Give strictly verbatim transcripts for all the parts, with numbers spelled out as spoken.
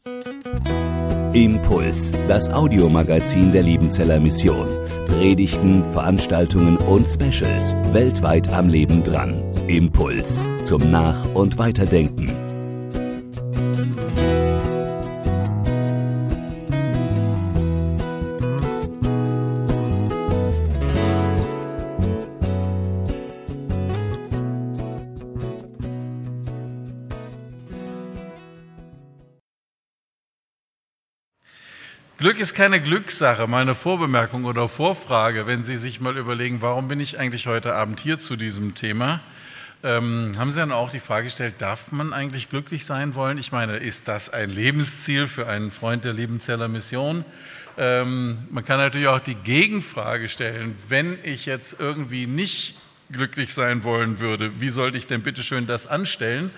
Impuls, das Audiomagazin der Liebenzeller Mission. Predigten, Veranstaltungen und Specials weltweit am Leben dran. Impuls zum Nach- und Weiterdenken. Glück ist keine Glückssache, mal eine Vorbemerkung oder Vorfrage, wenn Sie sich mal überlegen, warum bin ich eigentlich heute Abend hier zu diesem Thema? Ähm, haben Sie dann auch die Frage gestellt, darf man eigentlich glücklich sein wollen? Ich meine, ist das ein Lebensziel für einen Freund der Liebenzeller Mission? Ähm, man kann natürlich auch die Gegenfrage stellen, wenn ich jetzt irgendwie nicht glücklich sein wollen würde, wie sollte ich denn bitte schön das anstellen?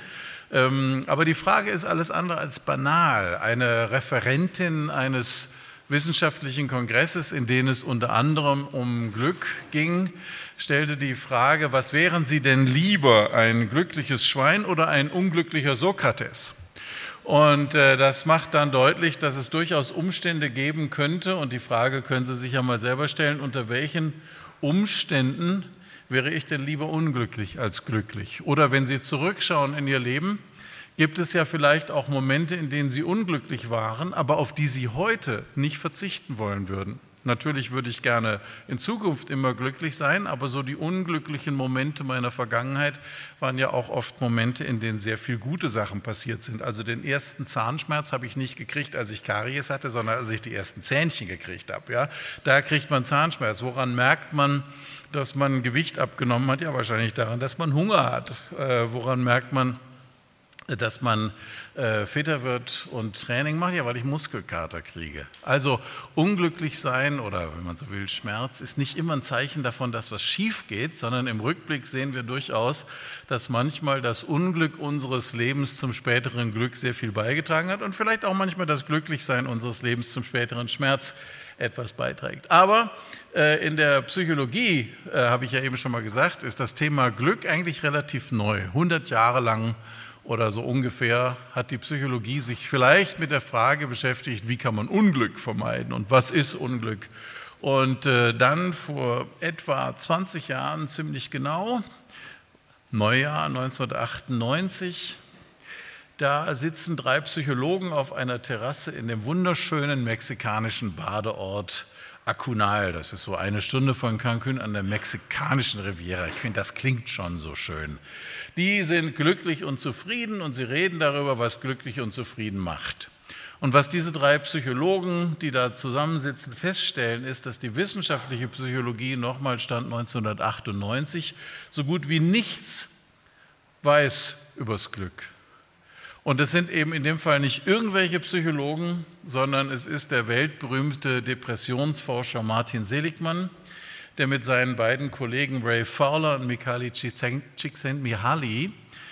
Aber die Frage ist alles andere als banal. Eine Referentin eines wissenschaftlichen Kongresses, in dem es unter anderem um Glück ging, stellte die Frage, was wären Sie denn lieber, ein glückliches Schwein oder ein unglücklicher Sokrates? Und äh, das macht dann deutlich, dass es durchaus Umstände geben könnte, und die Frage können Sie sich ja mal selber stellen, unter welchen Umständen wäre ich denn lieber unglücklich als glücklich? Oder wenn Sie zurückschauen in Ihr Leben, gibt es ja vielleicht auch Momente, in denen Sie unglücklich waren, aber auf die Sie heute nicht verzichten wollen würden. Natürlich würde ich gerne in Zukunft immer glücklich sein, aber so die unglücklichen Momente meiner Vergangenheit waren ja auch oft Momente, in denen sehr viel gute Sachen passiert sind. Also den ersten Zahnschmerz habe ich nicht gekriegt, als ich Karies hatte, sondern als ich die ersten Zähnchen gekriegt habe. Ja? Da kriegt man Zahnschmerz. Woran merkt man, dass man Gewicht abgenommen hat? Ja, wahrscheinlich daran, dass man Hunger hat. Äh, woran merkt man, dass man äh, fitter wird und Training macht? Ja, weil ich Muskelkater kriege. Also unglücklich sein oder, wenn man so will, Schmerz ist nicht immer ein Zeichen davon, dass was schief geht, sondern im Rückblick sehen wir durchaus, dass manchmal das Unglück unseres Lebens zum späteren Glück sehr viel beigetragen hat und vielleicht auch manchmal das Glücklichsein unseres Lebens zum späteren Schmerz etwas beiträgt. Aber äh, in der Psychologie, äh, habe ich ja eben schon mal gesagt, ist das Thema Glück eigentlich relativ neu. hundert Jahre lang oder so ungefähr hat die Psychologie sich vielleicht mit der Frage beschäftigt, wie kann man Unglück vermeiden und was ist Unglück? Und äh, dann vor etwa zwanzig Jahren, ziemlich genau, Neujahr neunzehnhundertachtundneunzig, da sitzen drei Psychologen auf einer Terrasse in dem wunderschönen mexikanischen Badeort Akunal. Das ist so eine Stunde von Cancún an der mexikanischen Riviera. Ich finde, das klingt schon so schön. Die sind glücklich und zufrieden und sie reden darüber, was glücklich und zufrieden macht. Und was diese drei Psychologen, die da zusammensitzen, feststellen, ist, dass die wissenschaftliche Psychologie, nochmal Stand neunzehnhundertachtundneunzig, so gut wie nichts weiß übers Glück. Und es sind eben in dem Fall nicht irgendwelche Psychologen, sondern es ist der weltberühmte Depressionsforscher Martin Seligman, der mit seinen beiden Kollegen Ray Fowler und Mihaly Csikszentmihalyi,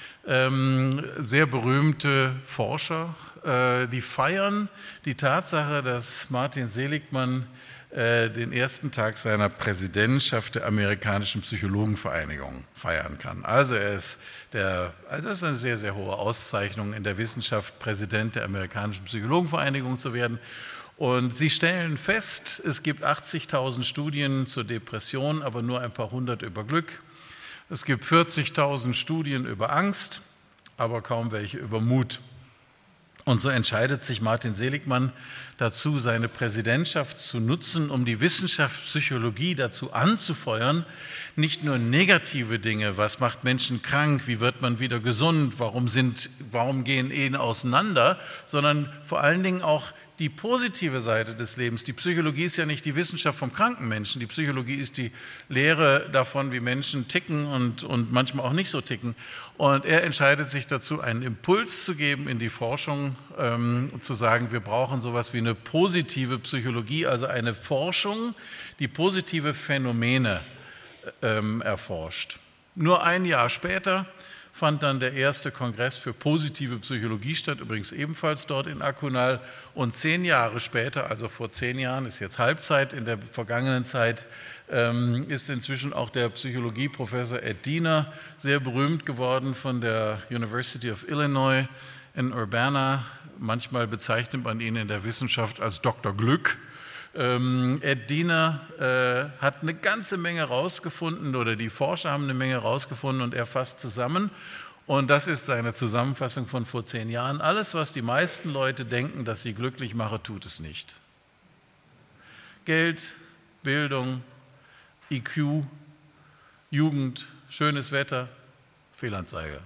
ähm, sehr berühmte Forscher, äh, die feiern die Tatsache, dass Martin Seligman äh, den ersten Tag seiner Präsidentschaft der amerikanischen Psychologenvereinigung feiern kann. Also er ist der, also das ist eine sehr, sehr hohe Auszeichnung in der Wissenschaft, Präsident der amerikanischen Psychologenvereinigung zu werden. Und sie stellen fest, es gibt achtzigtausend Studien zur Depression, aber nur ein paar hundert über Glück. Es gibt vierzigtausend Studien über Angst, aber kaum welche über Mut. Und so entscheidet sich Martin Seligman dazu, seine Präsidentschaft zu nutzen, um die Wissenschaftspsychologie dazu anzufeuern, nicht nur negative Dinge, was macht Menschen krank, wie wird man wieder gesund, warum, sind, warum gehen Ehen auseinander, sondern vor allen Dingen auch die positive Seite des Lebens. Die Psychologie ist ja nicht die Wissenschaft vom kranken Menschen, die Psychologie ist die Lehre davon, wie Menschen ticken und, und manchmal auch nicht so ticken. Und er entscheidet sich dazu, einen Impuls zu geben in die Forschung, ähm, zu sagen, wir brauchen sowas wie eine positive Psychologie, also eine Forschung, die positive Phänomene ähm, erforscht. Nur ein Jahr später fand dann der erste Kongress für positive Psychologie statt, übrigens ebenfalls dort in Akunal. Und zehn Jahre später, also vor zehn Jahren, ist jetzt Halbzeit, in der vergangenen Zeit ähm, ist inzwischen auch der Psychologieprofessor Ed Diener sehr berühmt geworden von der University of Illinois in Urbana, manchmal bezeichnet man ihn in der Wissenschaft als Doktor Glück. Ähm, Ed Diener äh, hat eine ganze Menge rausgefunden oder die Forscher haben eine Menge rausgefunden und er fasst zusammen. Und das ist seine Zusammenfassung von vor zehn Jahren. Alles, was die meisten Leute denken, dass sie glücklich mache, tut es nicht. Geld, Bildung, I Q, Jugend, schönes Wetter, Fehlanzeige.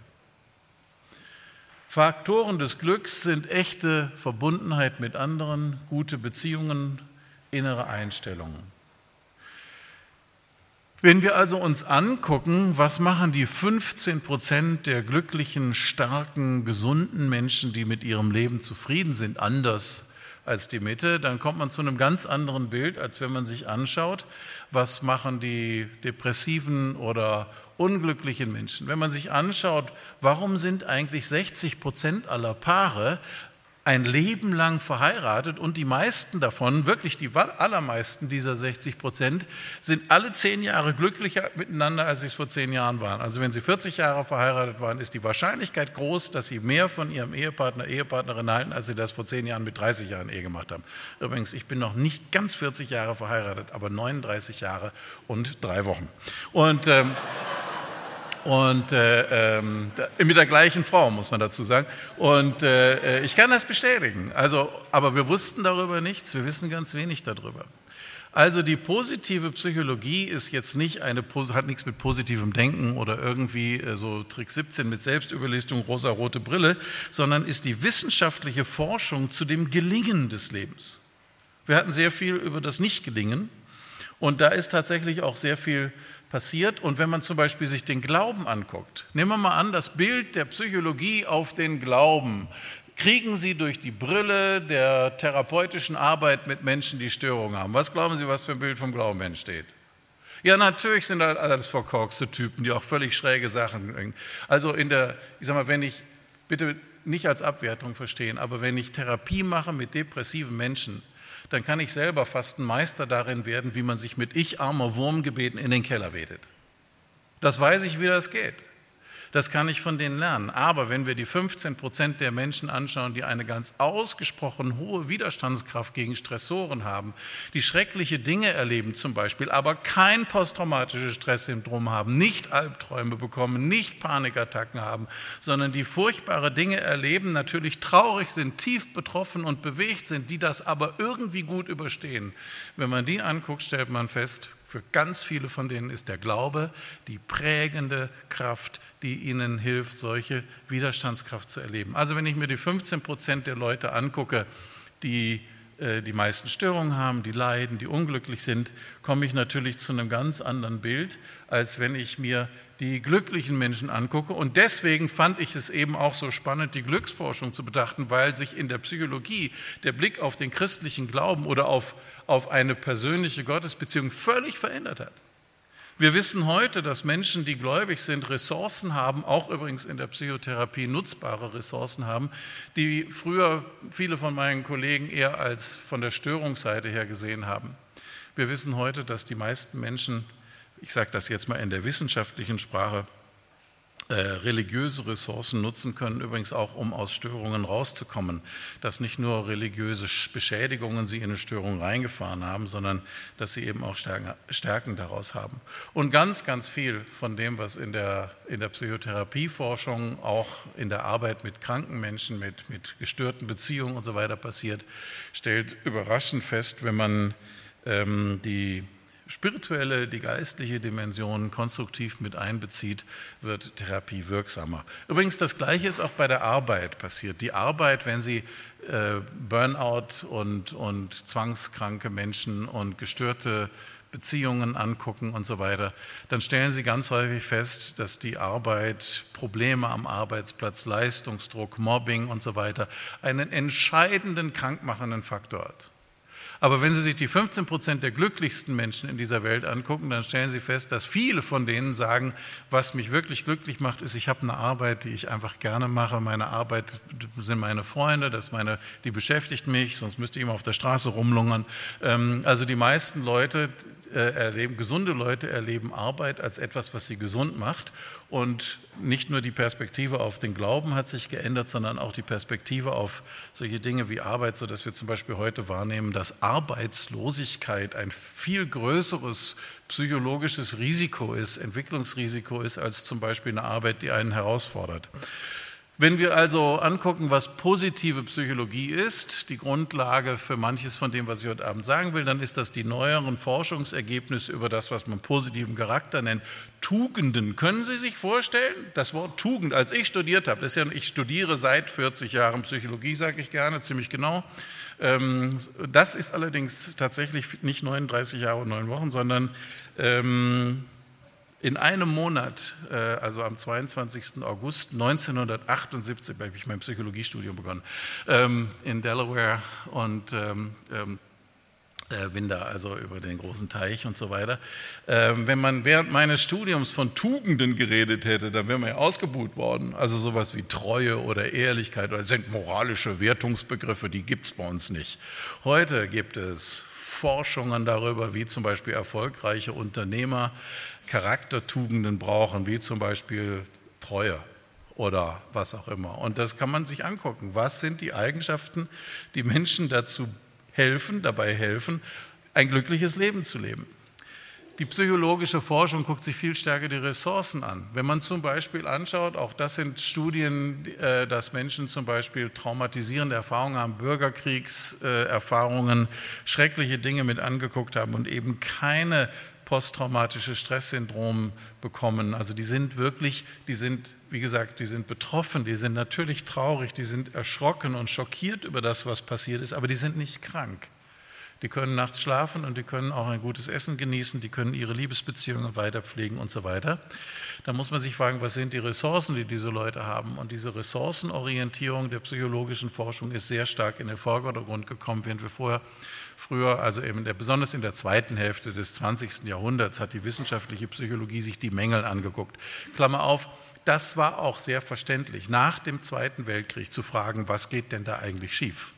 Faktoren des Glücks sind echte Verbundenheit mit anderen, gute Beziehungen, innere Einstellungen. Wenn wir also uns angucken, was machen die fünfzehn Prozent der glücklichen, starken, gesunden Menschen, die mit ihrem Leben zufrieden sind, anders als die Mitte, dann kommt man zu einem ganz anderen Bild, als wenn man sich anschaut, was machen die depressiven oder unglücklichen Menschen. Wenn man sich anschaut, warum sind eigentlich sechzig Prozent aller Paare ein Leben lang verheiratet und die meisten davon, wirklich die allermeisten dieser sechzig Prozent, sind alle zehn Jahre glücklicher miteinander, als sie es vor zehn Jahren waren. Also wenn sie vierzig Jahre verheiratet waren, ist die Wahrscheinlichkeit groß, dass sie mehr von ihrem Ehepartner, Ehepartnerin halten, als sie das vor zehn Jahren mit dreißig Jahren Ehe gemacht haben. Übrigens, ich bin noch nicht ganz vierzig Jahre verheiratet, aber neununddreißig Jahre und drei Wochen. Und... Ähm, Und äh, äh, mit der gleichen Frau, muss man dazu sagen. Und äh, ich kann das bestätigen. Also, aber wir wussten darüber nichts, wir wissen ganz wenig darüber. Also die positive Psychologie ist jetzt nicht eine, hat nichts mit positivem Denken oder irgendwie äh, so Trick siebzehn mit Selbstüberlistung, rosa-rote Brille, sondern ist die wissenschaftliche Forschung zu dem Gelingen des Lebens. Wir hatten sehr viel über das Nicht-Gelingen und da ist tatsächlich auch sehr viel passiert. Und wenn man zum Beispiel sich den Glauben anguckt, nehmen wir mal an, das Bild der Psychologie auf den Glauben, kriegen Sie durch die Brille der therapeutischen Arbeit mit Menschen, die Störungen haben. Was glauben Sie, was für ein Bild vom Glauben entsteht? Ja, natürlich sind das alles verkorkste Typen, die auch völlig schräge Sachen bringen. Also in der, ich sag mal, wenn ich, bitte nicht als Abwertung verstehen, aber wenn ich Therapie mache mit depressiven Menschen, dann kann ich selber fast ein Meister darin werden, wie man sich mit ich armer Wurmgebeten in den Keller betet. Das weiß ich, wie das geht. Das kann ich von denen lernen. Aber wenn wir die fünfzehn Prozent der Menschen anschauen, die eine ganz ausgesprochen hohe Widerstandskraft gegen Stressoren haben, die schreckliche Dinge erleben zum Beispiel, aber kein posttraumatisches Stresssyndrom haben, nicht Albträume bekommen, nicht Panikattacken haben, sondern die furchtbare Dinge erleben, natürlich traurig sind, tief betroffen und bewegt sind, die das aber irgendwie gut überstehen. Wenn man die anguckt, stellt man fest, für ganz viele von denen ist der Glaube die prägende Kraft, die ihnen hilft, solche Widerstandskraft zu erleben. Also wenn ich mir die fünfzehn Prozent der Leute angucke, die äh, die meisten Störungen haben, die leiden, die unglücklich sind, komme ich natürlich zu einem ganz anderen Bild, als wenn ich mir die glücklichen Menschen angucke. Und deswegen fand ich es eben auch so spannend, die Glücksforschung zu betrachten, weil sich in der Psychologie der Blick auf den christlichen Glauben oder auf, auf eine persönliche Gottesbeziehung völlig verändert hat. Wir wissen heute, dass Menschen, die gläubig sind, Ressourcen haben, auch übrigens in der Psychotherapie nutzbare Ressourcen haben, die früher viele von meinen Kollegen eher als von der Störungsseite her gesehen haben. Wir wissen heute, dass die meisten Menschen, ich sage das jetzt mal in der wissenschaftlichen Sprache, äh, religiöse Ressourcen nutzen können, übrigens auch, um aus Störungen rauszukommen. Dass nicht nur religiöse Beschädigungen sie in eine Störung reingefahren haben, sondern dass sie eben auch Stärken, Stärken daraus haben. Und ganz, ganz viel von dem, was in der, in der Psychotherapieforschung, auch in der Arbeit mit kranken Menschen, mit, mit gestörten Beziehungen und so weiter passiert, stellt überraschend fest, wenn man ähm, die spirituelle, die geistliche Dimension konstruktiv mit einbezieht, wird Therapie wirksamer. Übrigens, das Gleiche ist auch bei der Arbeit passiert. Die Arbeit, wenn Sie äh, Burnout und, und zwangskranke Menschen und gestörte Beziehungen angucken und so weiter, dann stellen Sie ganz häufig fest, dass die Arbeit, Probleme am Arbeitsplatz, Leistungsdruck, Mobbing und so weiter einen entscheidenden krankmachenden Faktor hat. Aber wenn Sie sich die fünfzehn Prozent der glücklichsten Menschen in dieser Welt angucken, dann stellen Sie fest, dass viele von denen sagen, was mich wirklich glücklich macht, ist, ich habe eine Arbeit, die ich einfach gerne mache. Meine Arbeit sind meine Freunde, das meine, die beschäftigt mich, sonst müsste ich immer auf der Straße rumlungern. Also die meisten Leute erleben, gesunde Leute erleben Arbeit als etwas, was sie gesund macht. Und nicht nur die Perspektive auf den Glauben hat sich geändert, sondern auch die Perspektive auf solche Dinge wie Arbeit, sodass wir zum Beispiel heute wahrnehmen, dass Arbeitslosigkeit ein viel größeres psychologisches Risiko ist, Entwicklungsrisiko ist, als zum Beispiel eine Arbeit, die einen herausfordert. Wenn wir also angucken, was positive Psychologie ist, die Grundlage für manches von dem, was ich heute Abend sagen will, dann ist das die neueren Forschungsergebnisse über das, was man positiven Charakter nennt. Tugenden. Können Sie sich vorstellen? Das Wort Tugend, als ich studiert habe, das ist ja, ich studiere seit vierzig Jahren Psychologie, sage ich gerne, ziemlich genau. Das ist allerdings tatsächlich nicht neununddreißig Jahre und neun Wochen, sondern in einem Monat, also am zweiundzwanzigsten August neunzehnhundertachtundsiebzig, habe ich mein Psychologiestudium begonnen, in Delaware und bin da also über den großen Teich und so weiter. Wenn man während meines Studiums von Tugenden geredet hätte, dann wäre man ja ausgebuht worden. Also sowas wie Treue oder Ehrlichkeit oder das sind moralische Wertungsbegriffe, die gibt es bei uns nicht. Heute gibt es Forschungen darüber, wie zum Beispiel erfolgreiche Unternehmer Charaktertugenden brauchen, wie zum Beispiel Treue oder was auch immer. Und das kann man sich angucken. Was sind die Eigenschaften, die Menschen dazu helfen, dabei helfen, ein glückliches Leben zu leben? Die psychologische Forschung guckt sich viel stärker die Ressourcen an. Wenn man zum Beispiel anschaut, auch das sind Studien, dass Menschen zum Beispiel traumatisierende Erfahrungen haben, Bürgerkriegserfahrungen, schreckliche Dinge mit angeguckt haben und eben keine posttraumatische Stresssyndrom bekommen. Also die sind wirklich, die sind, wie gesagt, die sind betroffen, die sind natürlich traurig, die sind erschrocken und schockiert über das, was passiert ist, aber die sind nicht krank. Die können nachts schlafen und die können auch ein gutes Essen genießen, die können ihre Liebesbeziehungen weiterpflegen und so weiter. Da muss man sich fragen, was sind die Ressourcen, die diese Leute haben? Und diese Ressourcenorientierung der psychologischen Forschung ist sehr stark in den Vordergrund gekommen, während wir vorher Früher, also in der, besonders in der zweiten Hälfte des zwanzigsten Jahrhunderts, hat die wissenschaftliche Psychologie sich die Mängel angeguckt. Klammer auf, das war auch sehr verständlich, nach dem Zweiten Weltkrieg zu fragen, was geht denn da eigentlich schief?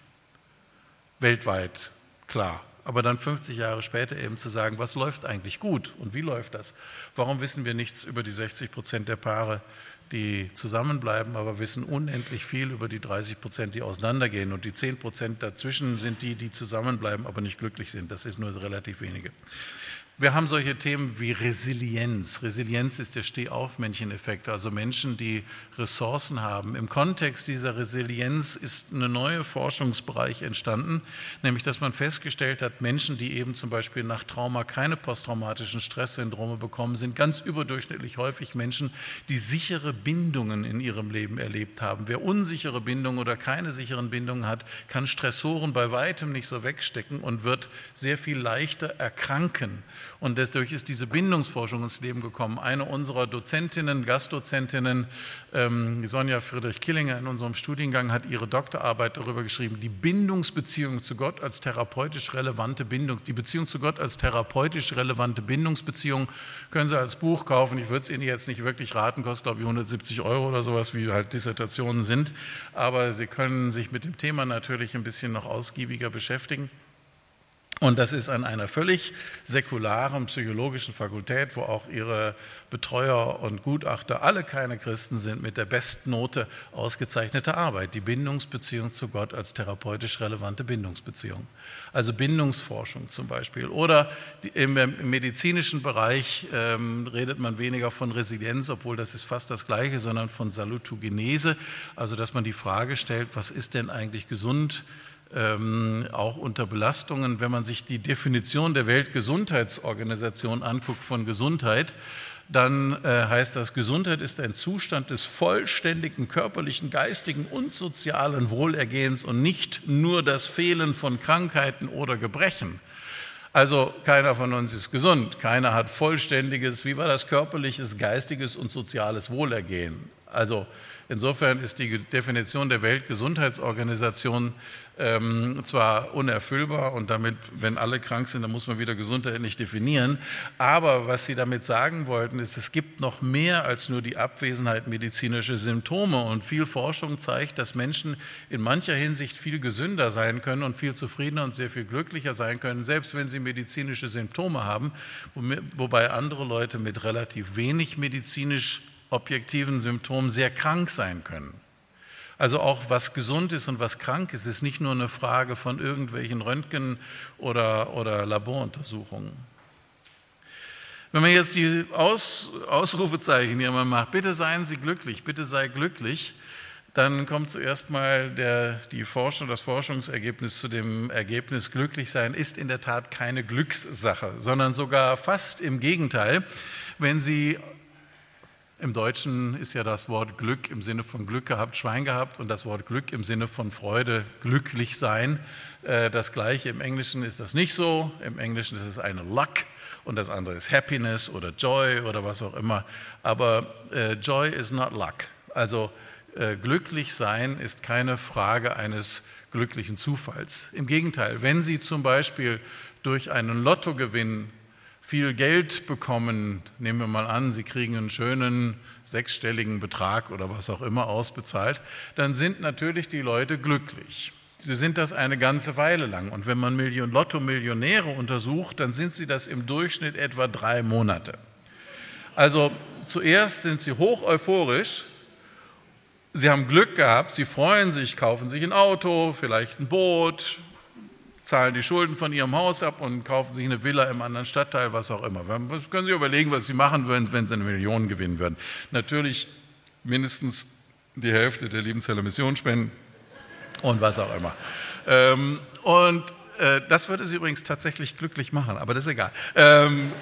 Weltweit, klar. Aber dann fünfzig Jahre später eben zu sagen, was läuft eigentlich gut und wie läuft das? Warum wissen wir nichts über die sechzig Prozent der Paare, die zusammenbleiben, aber wissen unendlich viel über die dreißig Prozent, die auseinandergehen. Und die zehn Prozent dazwischen sind die, die zusammenbleiben, aber nicht glücklich sind. Das ist nur relativ wenige. Wir haben solche Themen wie Resilienz. Resilienz ist der Stehaufmännchen-Effekt, also Menschen, die Ressourcen haben. Im Kontext dieser Resilienz ist ein neuer Forschungsbereich entstanden, nämlich dass man festgestellt hat, Menschen, die eben zum Beispiel nach Trauma keine posttraumatischen Stresssyndrome bekommen, sind ganz überdurchschnittlich häufig Menschen, die sichere Bindungen in ihrem Leben erlebt haben. Wer unsichere Bindungen oder keine sicheren Bindungen hat, kann Stressoren bei weitem nicht so wegstecken und wird sehr viel leichter erkranken. Und dadurch ist diese Bindungsforschung ins Leben gekommen. Eine unserer Dozentinnen, Gastdozentinnen, ähm, Sonja Friedrich-Killinger in unserem Studiengang hat ihre Doktorarbeit darüber geschrieben, die Bindungsbeziehung zu Gott als therapeutisch relevante Bindung, die Beziehung zu Gott als therapeutisch relevante Bindungsbeziehung können Sie als Buch kaufen. Ich würde es Ihnen jetzt nicht wirklich raten, kostet glaube ich hundertsiebzig Euro oder sowas, wie halt Dissertationen sind. Aber Sie können sich mit dem Thema natürlich ein bisschen noch ausgiebiger beschäftigen. Und das ist an einer völlig säkularen psychologischen Fakultät, wo auch ihre Betreuer und Gutachter alle keine Christen sind, mit der Bestnote ausgezeichnete Arbeit. Die Bindungsbeziehung zu Gott als therapeutisch relevante Bindungsbeziehung. Also Bindungsforschung zum Beispiel. Oder im medizinischen Bereich ähm, redet man weniger von Resilienz, obwohl das ist fast das Gleiche, sondern von Salutogenese. Also dass man die Frage stellt, was ist denn eigentlich gesund? Ähm, auch unter Belastungen, wenn man sich die Definition der Weltgesundheitsorganisation anguckt von Gesundheit, dann äh, heißt das, Gesundheit ist ein Zustand des vollständigen körperlichen, geistigen und sozialen Wohlergehens und nicht nur das Fehlen von Krankheiten oder Gebrechen. Also keiner von uns ist gesund, keiner hat vollständiges, wie war das, körperliches, geistiges und soziales Wohlergehen. Also Insofern ist die Definition der Weltgesundheitsorganisation ähm, zwar unerfüllbar und damit, wenn alle krank sind, dann muss man wieder Gesundheit nicht definieren, aber was sie damit sagen wollten, ist, es gibt noch mehr als nur die Abwesenheit medizinischer Symptome und viel Forschung zeigt, dass Menschen in mancher Hinsicht viel gesünder sein können und viel zufriedener und sehr viel glücklicher sein können, selbst wenn sie medizinische Symptome haben, wobei andere Leute mit relativ wenig medizinisch objektiven Symptomen sehr krank sein können. Also auch was gesund ist und was krank ist, ist nicht nur eine Frage von irgendwelchen Röntgen- oder, oder Laboruntersuchungen. Wenn man jetzt die Aus, Ausrufezeichen hier mal macht, bitte seien Sie glücklich, bitte sei glücklich, dann kommt zuerst mal der, die Forschung, das Forschungsergebnis zu dem Ergebnis, glücklich sein ist in der Tat keine Glückssache, sondern sogar fast im Gegenteil. Wenn Sie Im Deutschen ist ja das Wort Glück im Sinne von Glück gehabt, Schwein gehabt und das Wort Glück im Sinne von Freude, glücklich sein. Das Gleiche im Englischen ist das nicht so. Im Englischen ist es eine Luck und das andere ist Happiness oder Joy oder was auch immer. Aber äh, Joy is not luck. Also äh, glücklich sein ist keine Frage eines glücklichen Zufalls. Im Gegenteil, wenn Sie zum Beispiel durch einen Lottogewinn viel Geld bekommen, nehmen wir mal an, Sie kriegen einen schönen sechsstelligen Betrag oder was auch immer ausbezahlt, dann sind natürlich die Leute glücklich. Sie sind das eine ganze Weile lang. Und wenn man Million Lotto-Millionäre untersucht, dann sind sie das im Durchschnitt etwa drei Monate. Also zuerst sind sie hoch euphorisch, sie haben Glück gehabt, sie freuen sich, kaufen sich ein Auto, vielleicht ein Boot, zahlen die Schulden von ihrem Haus ab und kaufen sich eine Villa im anderen Stadtteil, was auch immer. Das können Sie überlegen, was Sie machen würden, wenn Sie eine Million gewinnen würden. Natürlich mindestens die Hälfte der Liebenzeller Mission spenden und was auch immer. Und das würde Sie übrigens tatsächlich glücklich machen, aber das ist egal. Ähm,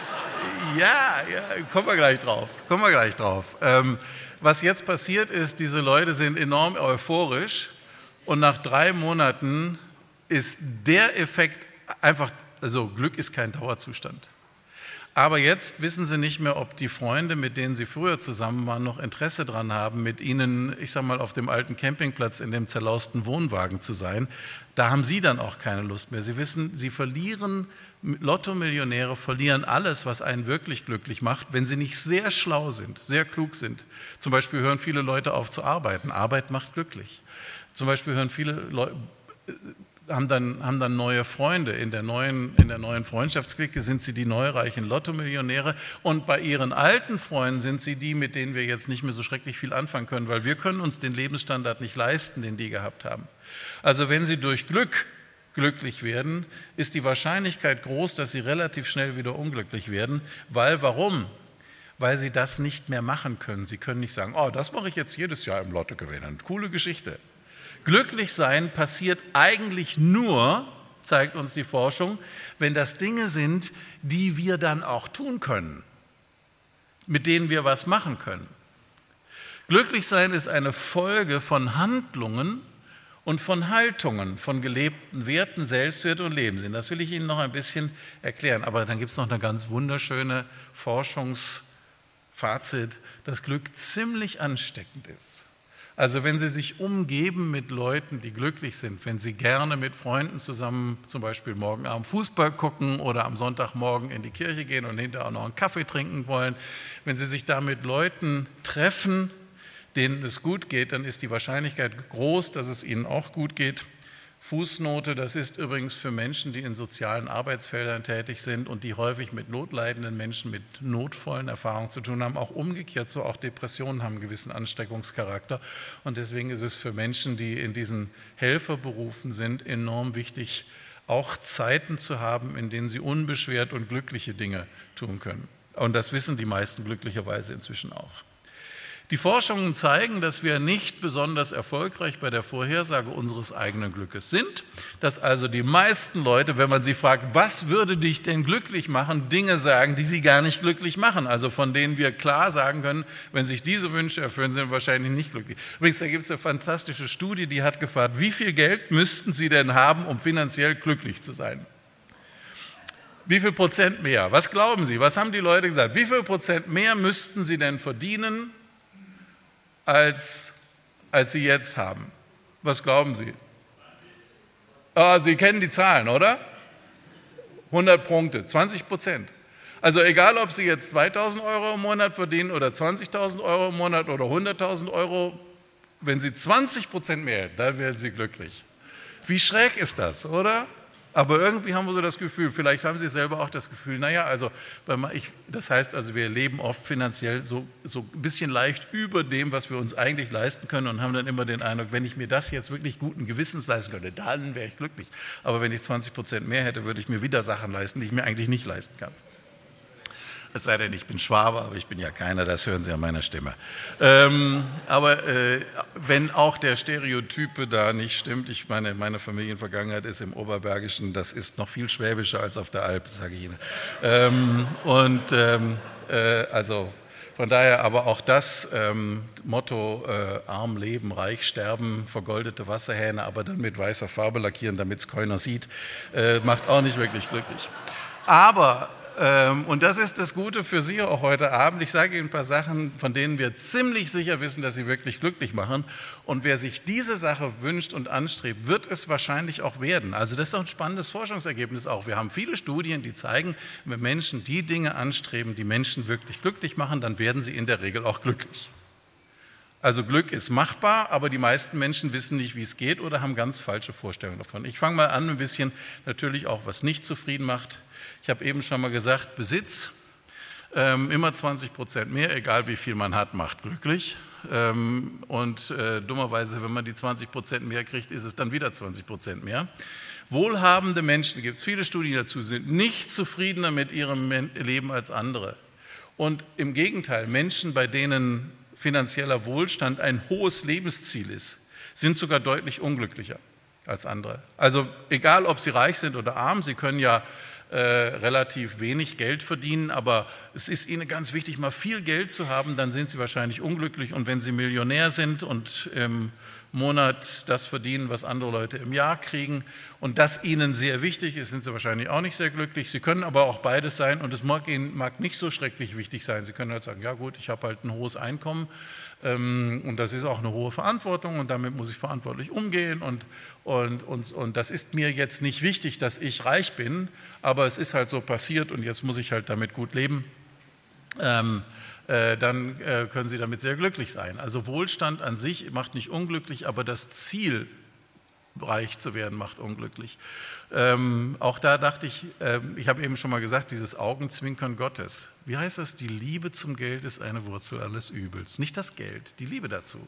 ja, ja, kommen wir gleich drauf. Kommen wir gleich drauf. Ähm, was jetzt passiert ist, diese Leute sind enorm euphorisch und nach drei Monaten ist der Effekt einfach, also Glück ist kein Dauerzustand. Aber jetzt wissen Sie nicht mehr, ob die Freunde, mit denen Sie früher zusammen waren, noch Interesse daran haben, mit Ihnen, ich sag mal, auf dem alten Campingplatz in dem zerlausten Wohnwagen zu sein. Da haben Sie dann auch keine Lust mehr. Sie wissen, Sie verlieren, Lotto-Millionäre verlieren alles, was einen wirklich glücklich macht, wenn sie nicht sehr schlau sind, sehr klug sind. Zum Beispiel hören viele Leute auf zu arbeiten. Arbeit macht glücklich. Zum Beispiel hören viele Leute... Haben dann, haben dann neue Freunde. In der neuen, in der neuen Freundschaftsklicke sind sie die neureichen Lotto-Millionäre und bei ihren alten Freunden sind sie die, mit denen wir jetzt nicht mehr so schrecklich viel anfangen können, weil wir können uns den Lebensstandard nicht leisten, den die gehabt haben. Also wenn sie durch Glück glücklich werden, ist die Wahrscheinlichkeit groß, dass sie relativ schnell wieder unglücklich werden, weil warum? Weil sie das nicht mehr machen können. Sie können nicht sagen, oh, das mache ich jetzt jedes Jahr im Lotto gewinnen. Coole Geschichte. Glücklich sein passiert eigentlich nur, zeigt uns die Forschung, wenn das Dinge sind, die wir dann auch tun können, mit denen wir was machen können. Glücklich sein ist eine Folge von Handlungen und von Haltungen, von gelebten Werten, Selbstwert und Lebenssinn. Das will ich Ihnen noch ein bisschen erklären. Aber dann gibt es noch eine ganz wunderschöne Forschungsfazit, dass Glück ziemlich ansteckend ist. Also wenn Sie sich umgeben mit Leuten, die glücklich sind, wenn Sie gerne mit Freunden zusammen zum Beispiel morgen Abend Fußball gucken oder am Sonntagmorgen in die Kirche gehen und hinterher auch noch einen Kaffee trinken wollen, wenn Sie sich da mit Leuten treffen, denen es gut geht, dann ist die Wahrscheinlichkeit groß, dass es ihnen auch gut geht. Fußnote, das ist übrigens für Menschen, die in sozialen Arbeitsfeldern tätig sind und die häufig mit notleidenden Menschen, mit notvollen Erfahrungen zu tun haben, auch umgekehrt so, auch Depressionen haben einen gewissen Ansteckungscharakter und deswegen ist es für Menschen, die in diesen Helferberufen sind, enorm wichtig, auch Zeiten zu haben, in denen sie unbeschwert und glückliche Dinge tun können. Und das wissen die meisten glücklicherweise inzwischen auch. Die Forschungen zeigen, dass wir nicht besonders erfolgreich bei der Vorhersage unseres eigenen Glückes sind, dass also die meisten Leute, wenn man sie fragt, was würde dich denn glücklich machen, Dinge sagen, die sie gar nicht glücklich machen, also von denen wir klar sagen können, wenn sich diese Wünsche erfüllen, sind wir wahrscheinlich nicht glücklich. Übrigens, da gibt es eine fantastische Studie, die hat gefragt, wie viel Geld müssten Sie denn haben, um finanziell glücklich zu sein? Wie viel Prozent mehr? Was glauben Sie? Was haben die Leute gesagt? Wie viel Prozent mehr müssten Sie denn verdienen, als, als Sie jetzt haben? Was glauben Sie? Ah, Sie kennen die Zahlen, oder? hundert Punkte, zwanzig Prozent. Also egal, ob Sie jetzt zweitausend Euro im Monat verdienen oder zwanzigtausend Euro im Monat oder hunderttausend Euro, wenn Sie zwanzig Prozent mehr hätten, dann wären Sie glücklich. Wie schräg ist das, oder? Aber irgendwie haben wir so das Gefühl, vielleicht haben Sie selber auch das Gefühl, naja, also ich, das heißt also, wir leben oft finanziell so, so ein bisschen leicht über dem, was wir uns eigentlich leisten können und haben dann immer den Eindruck, wenn ich mir das jetzt wirklich guten Gewissens leisten könnte, dann wäre ich glücklich. Aber wenn ich zwanzig Prozent mehr hätte, würde ich mir wieder Sachen leisten, die ich mir eigentlich nicht leisten kann. Es sei denn, ich bin Schwabe, aber ich bin ja keiner, das hören Sie an meiner Stimme. Ähm, aber äh, wenn auch der Stereotype da nicht stimmt, ich meine, meine Familienvergangenheit ist im Oberbergischen, das ist noch viel schwäbischer als auf der Alp, sage ich Ihnen. Ähm, und ähm, äh, also von daher aber auch das ähm, Motto, äh, arm leben, reich sterben, vergoldete Wasserhähne, aber dann mit weißer Farbe lackieren, damit es keiner sieht, äh, macht auch nicht wirklich glücklich. Aber und das ist das Gute für Sie auch heute Abend. Ich sage Ihnen ein paar Sachen, von denen wir ziemlich sicher wissen, dass sie wirklich glücklich machen. Und wer sich diese Sache wünscht und anstrebt, wird es wahrscheinlich auch werden. Also das ist auch ein spannendes Forschungsergebnis auch. Wir haben viele Studien, die zeigen, wenn Menschen die Dinge anstreben, die Menschen wirklich glücklich machen, dann werden sie in der Regel auch glücklich. Also Glück ist machbar, aber die meisten Menschen wissen nicht, wie es geht oder haben ganz falsche Vorstellungen davon. Ich fange mal an, ein bisschen natürlich auch, was nicht zufrieden macht. Ich habe eben schon mal gesagt, Besitz, ähm, immer zwanzig Prozent mehr, egal wie viel man hat, macht glücklich. Ähm, und äh, dummerweise, wenn man die zwanzig Prozent mehr kriegt, ist es dann wieder zwanzig Prozent mehr. Wohlhabende Menschen, gibt es viele Studien dazu, sind nicht zufriedener mit ihrem Leben als andere. Und im Gegenteil, Menschen, bei denen finanzieller Wohlstand ein hohes Lebensziel ist, sind sogar deutlich unglücklicher als andere. Also egal, ob sie reich sind oder arm, sie können ja äh, relativ wenig Geld verdienen, aber es ist ihnen ganz wichtig, mal viel Geld zu haben, dann sind sie wahrscheinlich unglücklich. Und wenn sie Millionär sind und im Monat das verdienen, was andere Leute im Jahr kriegen und das ihnen sehr wichtig ist, sind sie wahrscheinlich auch nicht sehr glücklich. Sie können aber auch beides sein und es mag ihnen mag nicht so schrecklich wichtig sein. Sie können halt sagen, ja gut, ich habe halt ein hohes Einkommen ähm, und das ist auch eine hohe Verantwortung und damit muss ich verantwortlich umgehen und, und, und, und das ist mir jetzt nicht wichtig, dass ich reich bin, aber es ist halt so passiert und jetzt muss ich halt damit gut leben. Ähm, dann können Sie damit sehr glücklich sein. Also Wohlstand an sich macht nicht unglücklich, aber das Ziel, reich zu werden, macht unglücklich. Ähm, auch da dachte ich, äh, ich habe eben schon mal gesagt, dieses Augenzwinkern Gottes. Wie heißt das? Die Liebe zum Geld ist eine Wurzel alles Übels. Nicht das Geld, die Liebe dazu.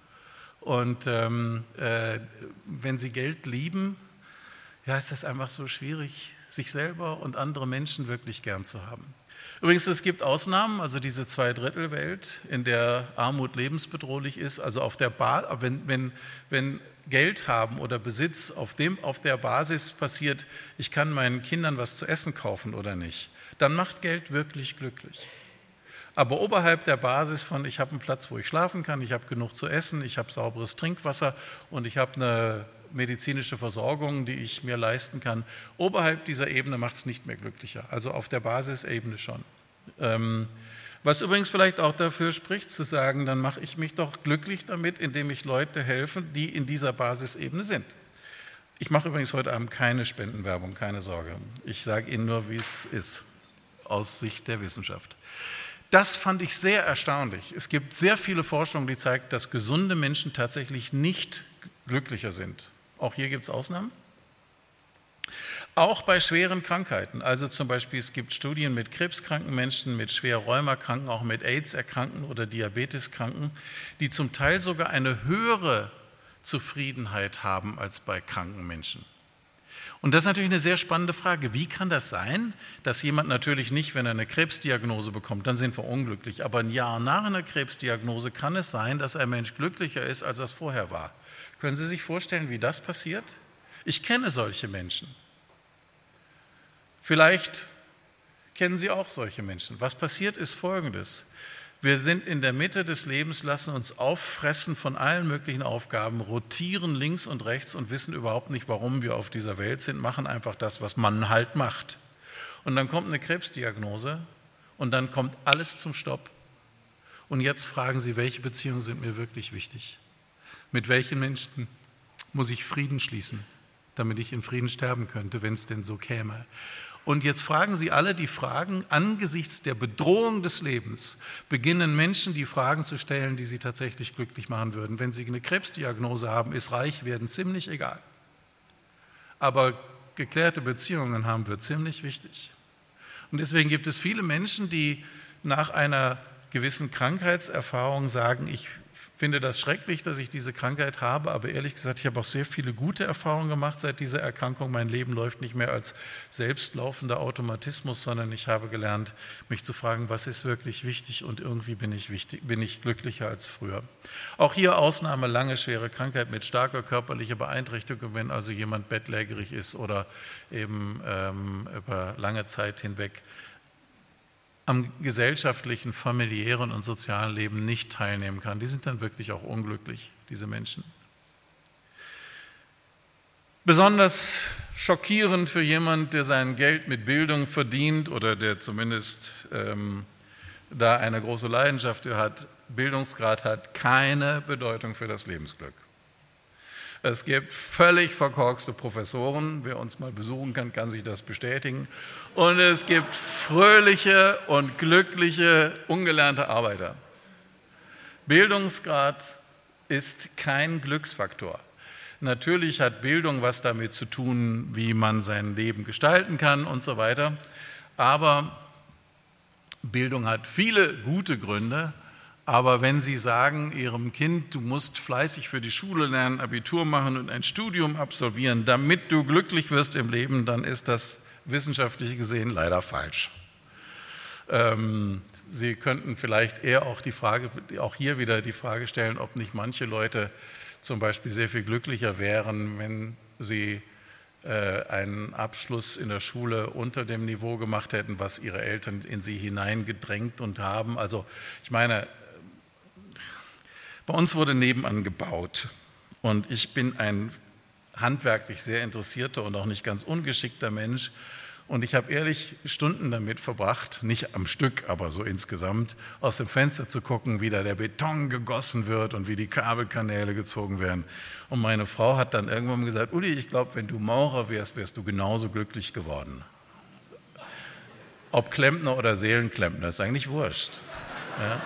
Und ähm, äh, wenn Sie Geld lieben, ja, ist das einfach so schwierig, sich selber und andere Menschen wirklich gern zu haben. Übrigens, es gibt Ausnahmen, also diese Zweidrittelwelt, in der Armut lebensbedrohlich ist, also auf der ba- wenn, wenn, wenn Geld haben oder Besitz auf, dem, auf der Basis passiert, ich kann meinen Kindern was zu essen kaufen oder nicht, dann macht Geld wirklich glücklich. Aber oberhalb der Basis von, ich habe einen Platz, wo ich schlafen kann, ich habe genug zu essen, ich habe sauberes Trinkwasser und ich habe eine medizinische Versorgung, die ich mir leisten kann. Oberhalb dieser Ebene macht es nicht mehr glücklicher, also auf der Basisebene schon. Ähm, was übrigens vielleicht auch dafür spricht, zu sagen, dann mache ich mich doch glücklich damit, indem ich Leute helfe, die in dieser Basisebene sind. Ich mache übrigens heute Abend keine Spendenwerbung, keine Sorge. Ich sage Ihnen nur, wie es ist, aus Sicht der Wissenschaft. Das fand ich sehr erstaunlich. Es gibt sehr viele Forschung, die zeigt, dass gesunde Menschen tatsächlich nicht glücklicher sind. Auch hier gibt es Ausnahmen. Auch bei schweren Krankheiten, also zum Beispiel es gibt Studien mit krebskranken Menschen, mit schwer Rheumakranken, auch mit AIDS-Erkrankten oder Diabeteskranken, die zum Teil sogar eine höhere Zufriedenheit haben als bei kranken Menschen. Und das ist natürlich eine sehr spannende Frage. Wie kann das sein, dass jemand natürlich nicht, wenn er eine Krebsdiagnose bekommt, dann sind wir unglücklich, aber ein Jahr nach einer Krebsdiagnose kann es sein, dass ein Mensch glücklicher ist, als er es vorher war. Können Sie sich vorstellen, wie das passiert? Ich kenne solche Menschen. Vielleicht kennen Sie auch solche Menschen. Was passiert ist Folgendes. Wir sind in der Mitte des Lebens, lassen uns auffressen von allen möglichen Aufgaben, rotieren links und rechts und wissen überhaupt nicht, warum wir auf dieser Welt sind, machen einfach das, was man halt macht. Und dann kommt eine Krebsdiagnose und dann kommt alles zum Stopp. Und jetzt fragen Sie, welche Beziehungen sind mir wirklich wichtig? Mit welchen Menschen muss ich Frieden schließen, damit ich in Frieden sterben könnte, wenn es denn so käme? Und jetzt fragen Sie alle die Fragen, angesichts der Bedrohung des Lebens beginnen Menschen die Fragen zu stellen, die sie tatsächlich glücklich machen würden. Wenn Sie eine Krebsdiagnose haben, ist reich werden ziemlich egal. Aber geklärte Beziehungen haben wird ziemlich wichtig. Und deswegen gibt es viele Menschen, die nach einer gewissen Krankheitserfahrung sagen, ich finde das schrecklich, dass ich diese Krankheit habe, aber ehrlich gesagt, ich habe auch sehr viele gute Erfahrungen gemacht seit dieser Erkrankung. Mein Leben läuft nicht mehr als selbstlaufender Automatismus, sondern ich habe gelernt, mich zu fragen, was ist wirklich wichtig, und irgendwie bin ich, wichtig, bin ich glücklicher als früher. Auch hier Ausnahme, lange schwere Krankheit mit starker körperlicher Beeinträchtigung, wenn also jemand bettlägerig ist oder eben ähm, über lange Zeit hinweg am gesellschaftlichen, familiären und sozialen Leben nicht teilnehmen kann. Die sind dann wirklich auch unglücklich, diese Menschen. Besonders schockierend für jemanden, der sein Geld mit Bildung verdient oder der zumindest ähm, da eine große Leidenschaft für hat, Bildungsgrad hat keine Bedeutung für das Lebensglück. Es gibt völlig verkorkste Professoren, wer uns mal besuchen kann, kann sich das bestätigen. Und es gibt fröhliche und glückliche, ungelernte Arbeiter. Bildungsgrad ist kein Glücksfaktor. Natürlich hat Bildung was damit zu tun, wie man sein Leben gestalten kann und so weiter. Aber Bildung hat viele gute Gründe. Aber wenn Sie sagen Ihrem Kind, du musst fleißig für die Schule lernen, Abitur machen und ein Studium absolvieren, damit du glücklich wirst im Leben, dann ist das wissenschaftlich gesehen leider falsch. Ähm, Sie könnten vielleicht eher auch die Frage, auch hier wieder die Frage stellen, ob nicht manche Leute zum Beispiel sehr viel glücklicher wären, wenn sie äh, einen Abschluss in der Schule unter dem Niveau gemacht hätten, was ihre Eltern in sie hineingedrängt und haben. Also ich meine, bei uns wurde nebenan gebaut und ich bin ein handwerklich sehr interessierter und auch nicht ganz ungeschickter Mensch und ich habe ehrlich Stunden damit verbracht, nicht am Stück, aber so insgesamt, aus dem Fenster zu gucken, wie da der Beton gegossen wird und wie die Kabelkanäle gezogen werden. Und meine Frau hat dann irgendwann gesagt, Uli, ich glaube, wenn du Maurer wärst, wärst du genauso glücklich geworden. Ob Klempner oder Seelenklempner, ist eigentlich wurscht. Ja?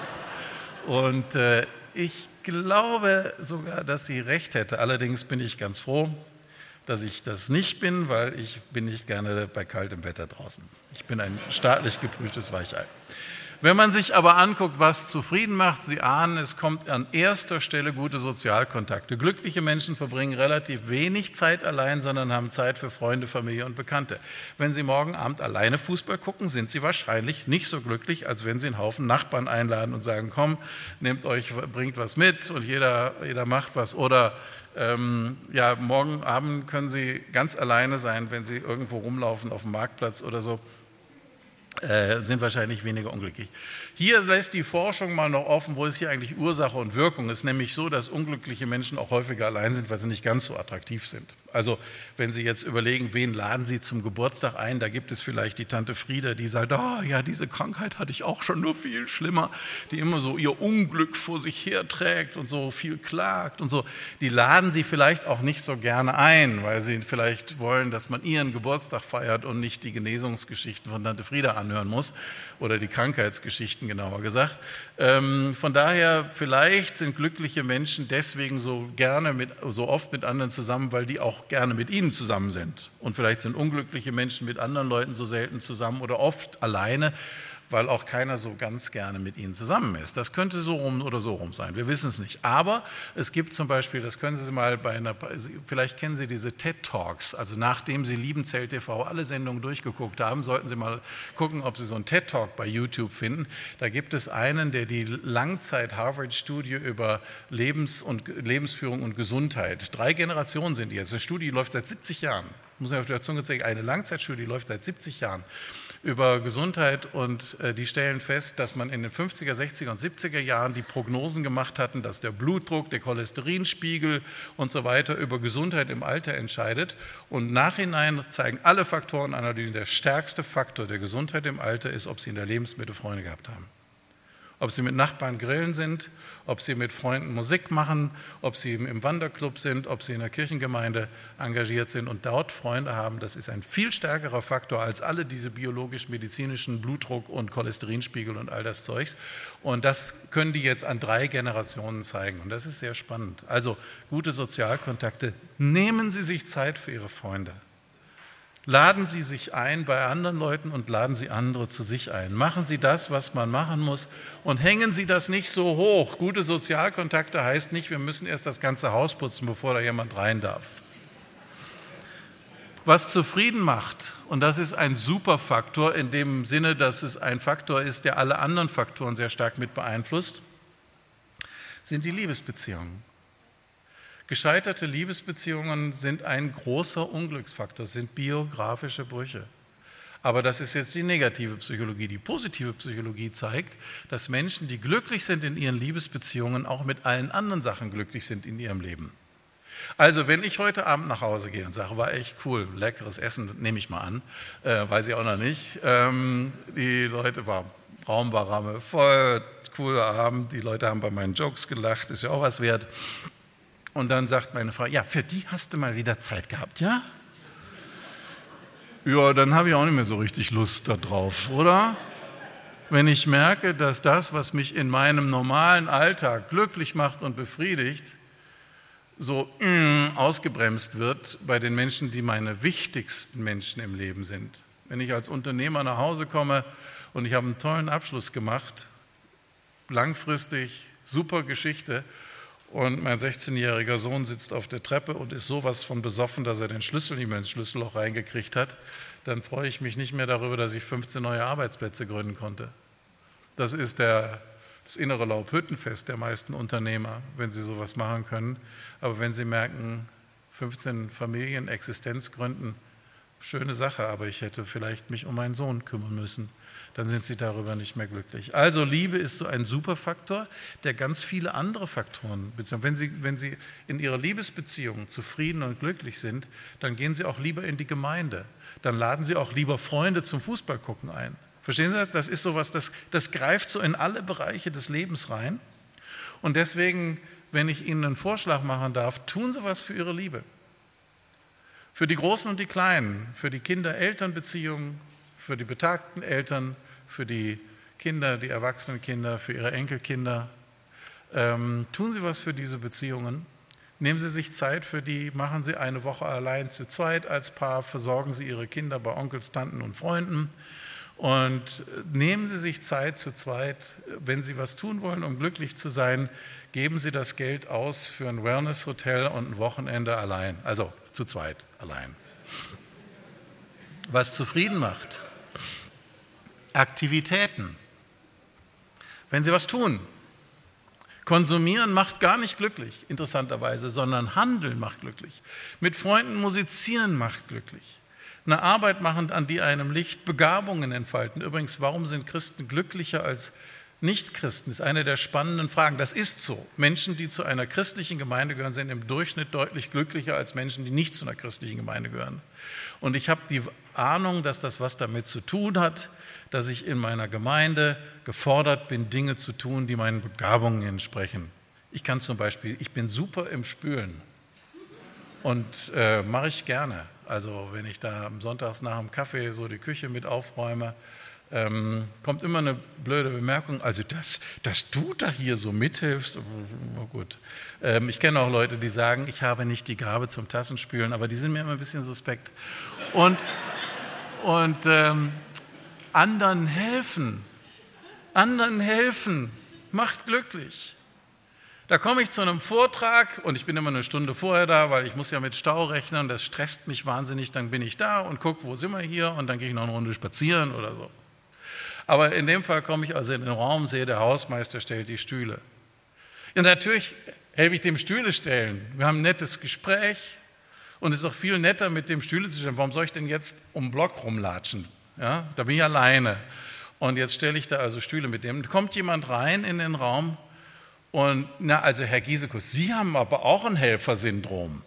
Und äh, ich glaube sogar, dass sie recht hätte. Allerdings bin ich ganz froh, dass ich das nicht bin, weil ich bin nicht gerne bei kaltem Wetter draußen. Ich bin ein staatlich geprüftes Weichei. Wenn man sich aber anguckt, was zufrieden macht, Sie ahnen, es kommt an erster Stelle gute Sozialkontakte. Glückliche Menschen verbringen relativ wenig Zeit allein, sondern haben Zeit für Freunde, Familie und Bekannte. Wenn Sie morgen Abend alleine Fußball gucken, sind Sie wahrscheinlich nicht so glücklich, als wenn Sie einen Haufen Nachbarn einladen und sagen, komm, nehmt euch, bringt was mit und jeder, jeder macht was. Oder ähm, ja, morgen Abend können Sie ganz alleine sein, wenn Sie irgendwo rumlaufen auf dem Marktplatz oder so. Äh, sind wahrscheinlich weniger unglücklich. Hier lässt die Forschung mal noch offen, wo ist hier eigentlich Ursache und Wirkung. Es ist nämlich so, dass unglückliche Menschen auch häufiger allein sind, weil sie nicht ganz so attraktiv sind. Also wenn Sie jetzt überlegen, wen laden Sie zum Geburtstag ein, da gibt es vielleicht die Tante Frieda, die sagt, oh, ja, diese Krankheit hatte ich auch schon, nur viel schlimmer, die immer so ihr Unglück vor sich herträgt und so viel klagt und so. Die laden Sie vielleicht auch nicht so gerne ein, weil sie vielleicht wollen, dass man ihren Geburtstag feiert und nicht die Genesungsgeschichten von Tante Frieda anhören muss oder die Krankheitsgeschichten genauer gesagt. Ähm, von daher, vielleicht sind glückliche Menschen deswegen so gerne, mit, so oft mit anderen zusammen, weil die auch gerne mit ihnen zusammen sind. Und vielleicht sind unglückliche Menschen mit anderen Leuten so selten zusammen oder oft alleine, weil auch keiner so ganz gerne mit ihnen zusammen ist. Das könnte so rum oder so rum sein, wir wissen es nicht. Aber es gibt zum Beispiel, das können Sie mal bei einer, vielleicht kennen Sie diese TED Talks, also nachdem Sie Liebenzelt T V alle Sendungen durchgeguckt haben, sollten Sie mal gucken, ob Sie so einen TED Talk bei YouTube finden. Da gibt es einen, der die Langzeit-Harvard-Studie über Lebens- und, Lebensführung und Gesundheit, drei Generationen sind die jetzt, eine Studie läuft seit siebzig Jahren, muss man auf der Zunge zeigen, eine Langzeitstudie läuft seit siebzig Jahren. Über Gesundheit und äh, die stellen fest, dass man in den fünfziger, sechziger und siebziger Jahren die Prognosen gemacht hatten, dass der Blutdruck, der Cholesterinspiegel und so weiter über Gesundheit im Alter entscheidet. Und nachhinein zeigen alle Faktorenanalysen, der stärkste Faktor der Gesundheit im Alter ist, ob Sie in der Lebensmitte Freunde gehabt haben. Ob Sie mit Nachbarn grillen sind, ob Sie mit Freunden Musik machen, ob Sie im Wanderclub sind, ob Sie in der Kirchengemeinde engagiert sind und dort Freunde haben, das ist ein viel stärkerer Faktor als alle diese biologisch-medizinischen Blutdruck- und Cholesterinspiegel und all das Zeugs. Und das können die jetzt an drei Generationen zeigen. Und das ist sehr spannend. Also gute Sozialkontakte. Nehmen Sie sich Zeit für Ihre Freunde. Laden Sie sich ein bei anderen Leuten und laden Sie andere zu sich ein. Machen Sie das, was man machen muss und hängen Sie das nicht so hoch. Gute Sozialkontakte heißt nicht, wir müssen erst das ganze Haus putzen, bevor da jemand rein darf. Was zufrieden macht, und das ist ein Superfaktor in dem Sinne, dass es ein Faktor ist, der alle anderen Faktoren sehr stark mit beeinflusst, sind die Liebesbeziehungen. Gescheiterte Liebesbeziehungen sind ein großer Unglücksfaktor, sind biografische Brüche. Aber das ist jetzt die negative Psychologie. Die positive Psychologie zeigt, dass Menschen, die glücklich sind in ihren Liebesbeziehungen, auch mit allen anderen Sachen glücklich sind in ihrem Leben. Also wenn ich heute Abend nach Hause gehe und sage, war echt cool, leckeres Essen, nehme ich mal an, äh, weiß ich auch noch nicht. Ähm, die Leute, war, Raum war rammelvoll, cooler Abend, die Leute haben bei meinen Jokes gelacht, ist ja auch was wert. Und dann sagt meine Frau, ja, für die hast du mal wieder Zeit gehabt, ja? Ja, dann habe ich auch nicht mehr so richtig Lust darauf, oder? Wenn ich merke, dass das, was mich in meinem normalen Alltag glücklich macht und befriedigt, so mm, ausgebremst wird bei den Menschen, die meine wichtigsten Menschen im Leben sind. Wenn ich als Unternehmer nach Hause komme und ich habe einen tollen Abschluss gemacht, langfristig, super Geschichte, und mein sechzehnjähriger Sohn sitzt auf der Treppe und ist sowas von besoffen, dass er den Schlüssel nicht mehr ins Schlüsselloch reingekriegt hat, dann freue ich mich nicht mehr darüber, dass ich fünfzehn neue Arbeitsplätze gründen konnte. Das ist der, das innere Laubhüttenfest der meisten Unternehmer, wenn sie sowas machen können. Aber wenn sie merken, fünfzehn Familien, Existenz gründen, schöne Sache, aber ich hätte vielleicht mich um meinen Sohn kümmern müssen, dann sind sie darüber nicht mehr glücklich. Also Liebe ist so ein Superfaktor, der ganz viele andere Faktoren bezieht. Wenn Sie, wenn Sie in Ihrer Liebesbeziehung zufrieden und glücklich sind, dann gehen Sie auch lieber in die Gemeinde. Dann laden Sie auch lieber Freunde zum Fußballgucken ein. Verstehen Sie das? Das ist sowas, das, das greift so in alle Bereiche des Lebens rein. Und deswegen, wenn ich Ihnen einen Vorschlag machen darf, tun Sie was für Ihre Liebe. Für die Großen und die Kleinen, für die Kinder-Eltern-Beziehungen, für die betagten Eltern, für die Kinder, die erwachsenen Kinder, für ihre Enkelkinder. Ähm, tun Sie was für diese Beziehungen. Nehmen Sie sich Zeit für die, machen Sie eine Woche allein zu zweit als Paar, versorgen Sie Ihre Kinder bei Onkels, Tanten und Freunden und nehmen Sie sich Zeit zu zweit. Wenn Sie was tun wollen, um glücklich zu sein, geben Sie das Geld aus für ein Wellness-Hotel und ein Wochenende allein, also zu zweit allein. Was zufrieden macht. Aktivitäten. Wenn Sie was tun, konsumieren macht gar nicht glücklich, interessanterweise, sondern Handeln macht glücklich. Mit Freunden musizieren macht glücklich. Eine Arbeit machen, an die einem Licht, Begabungen entfalten. Übrigens, warum sind Christen glücklicher als Nichtchristen? Das ist eine der spannenden Fragen. Das ist so. Menschen, die zu einer christlichen Gemeinde gehören, sind im Durchschnitt deutlich glücklicher als Menschen, die nicht zu einer christlichen Gemeinde gehören. Und ich habe die Ahnung, dass das was damit zu tun hat, dass ich in meiner Gemeinde gefordert bin, Dinge zu tun, die meinen Begabungen entsprechen. Ich kann zum Beispiel, ich bin super im Spülen und äh, mache ich gerne. Also wenn ich da am Sonntags nach dem Kaffee so die Küche mit aufräume, ähm, kommt immer eine blöde Bemerkung, also dass, dass du da hier so mithilfst, oh, gut. Ähm, ich kenne auch Leute, die sagen, ich habe nicht die Gabe zum Tassenspülen, aber die sind mir immer ein bisschen suspekt. Und, und ähm, anderen helfen, anderen helfen, macht glücklich. Da komme ich zu einem Vortrag und ich bin immer eine Stunde vorher da, weil ich muss ja mit Stau rechnen, das stresst mich wahnsinnig, dann bin ich da und gucke, wo sind wir hier und dann gehe ich noch eine Runde spazieren oder so. Aber in dem Fall komme ich also in den Raum, sehe, der Hausmeister stellt die Stühle. Und natürlich helfe ich dem Stühle stellen. Wir haben ein nettes Gespräch und es ist auch viel netter, mit dem Stühle zu stellen. Warum soll ich denn jetzt um den Block rumlatschen? Ja, da bin ich alleine. Und jetzt stelle ich da also Stühle mit dem. Kommt jemand rein in den Raum und, na, also Herr Giesekus, Sie haben aber auch ein Helfersyndrom.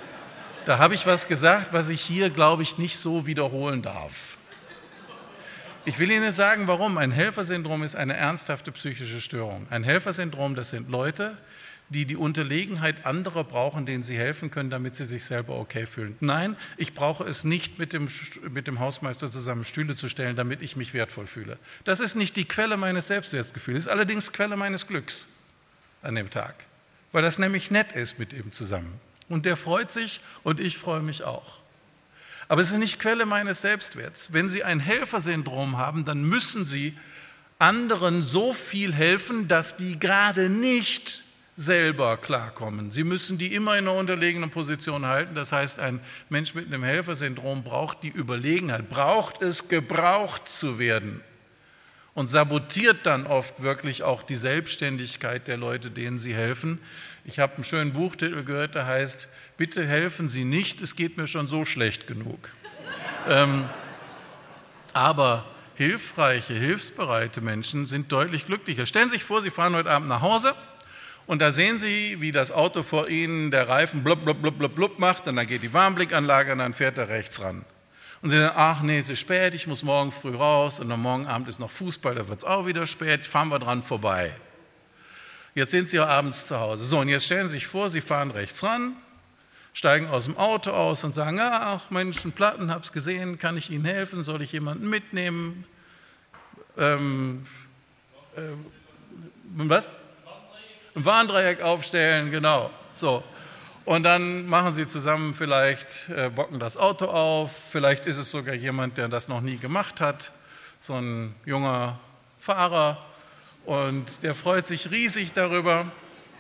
Da habe ich was gesagt, was ich hier, glaube ich, nicht so wiederholen darf. Ich will Ihnen sagen, warum. Ein Helfersyndrom ist eine ernsthafte psychische Störung. Ein Helfersyndrom, das sind Leute, die die Unterlegenheit anderer brauchen, denen sie helfen können, damit sie sich selber okay fühlen. Nein, ich brauche es nicht, mit dem, mit dem Hausmeister zusammen Stühle zu stellen, damit ich mich wertvoll fühle. Das ist nicht die Quelle meines Selbstwertgefühls, ist allerdings Quelle meines Glücks an dem Tag, weil das nämlich nett ist mit ihm zusammen. Und der freut sich und ich freue mich auch. Aber es ist nicht Quelle meines Selbstwerts. Wenn Sie ein Helfersyndrom haben, dann müssen Sie anderen so viel helfen, dass die gerade nicht selber klarkommen. Sie müssen die immer in einer unterlegenen Position halten. Das heißt, ein Mensch mit einem Helfersyndrom braucht die Überlegenheit, braucht es, gebraucht zu werden und sabotiert dann oft wirklich auch die Selbstständigkeit der Leute, denen sie helfen. Ich habe einen schönen Buchtitel gehört, der heißt, bitte helfen Sie nicht, es geht mir schon so schlecht genug. ähm, aber hilfreiche, hilfsbereite Menschen sind deutlich glücklicher. Stellen Sie sich vor, Sie fahren heute Abend nach Hause und da sehen Sie, wie das Auto vor Ihnen, der Reifen blub, blub, blub, blub, blub macht und dann geht die Warnblinkanlage und dann fährt er rechts ran. Und Sie sagen, ach nee, es ist spät, ich muss morgen früh raus und am morgen Abend ist noch Fußball, da wird es auch wieder spät, fahren wir dran vorbei. Jetzt sind Sie auch abends zu Hause. So, und jetzt stellen Sie sich vor, Sie fahren rechts ran, steigen aus dem Auto aus und sagen, ach Mensch, ein Platten, hab's gesehen, kann ich Ihnen helfen, soll ich jemanden mitnehmen? Ähm, äh, was? Ein Warndreieck aufstellen, genau. So. Und dann machen Sie zusammen vielleicht, äh, bocken das Auto auf, vielleicht ist es sogar jemand, der das noch nie gemacht hat, so ein junger Fahrer, und der freut sich riesig darüber,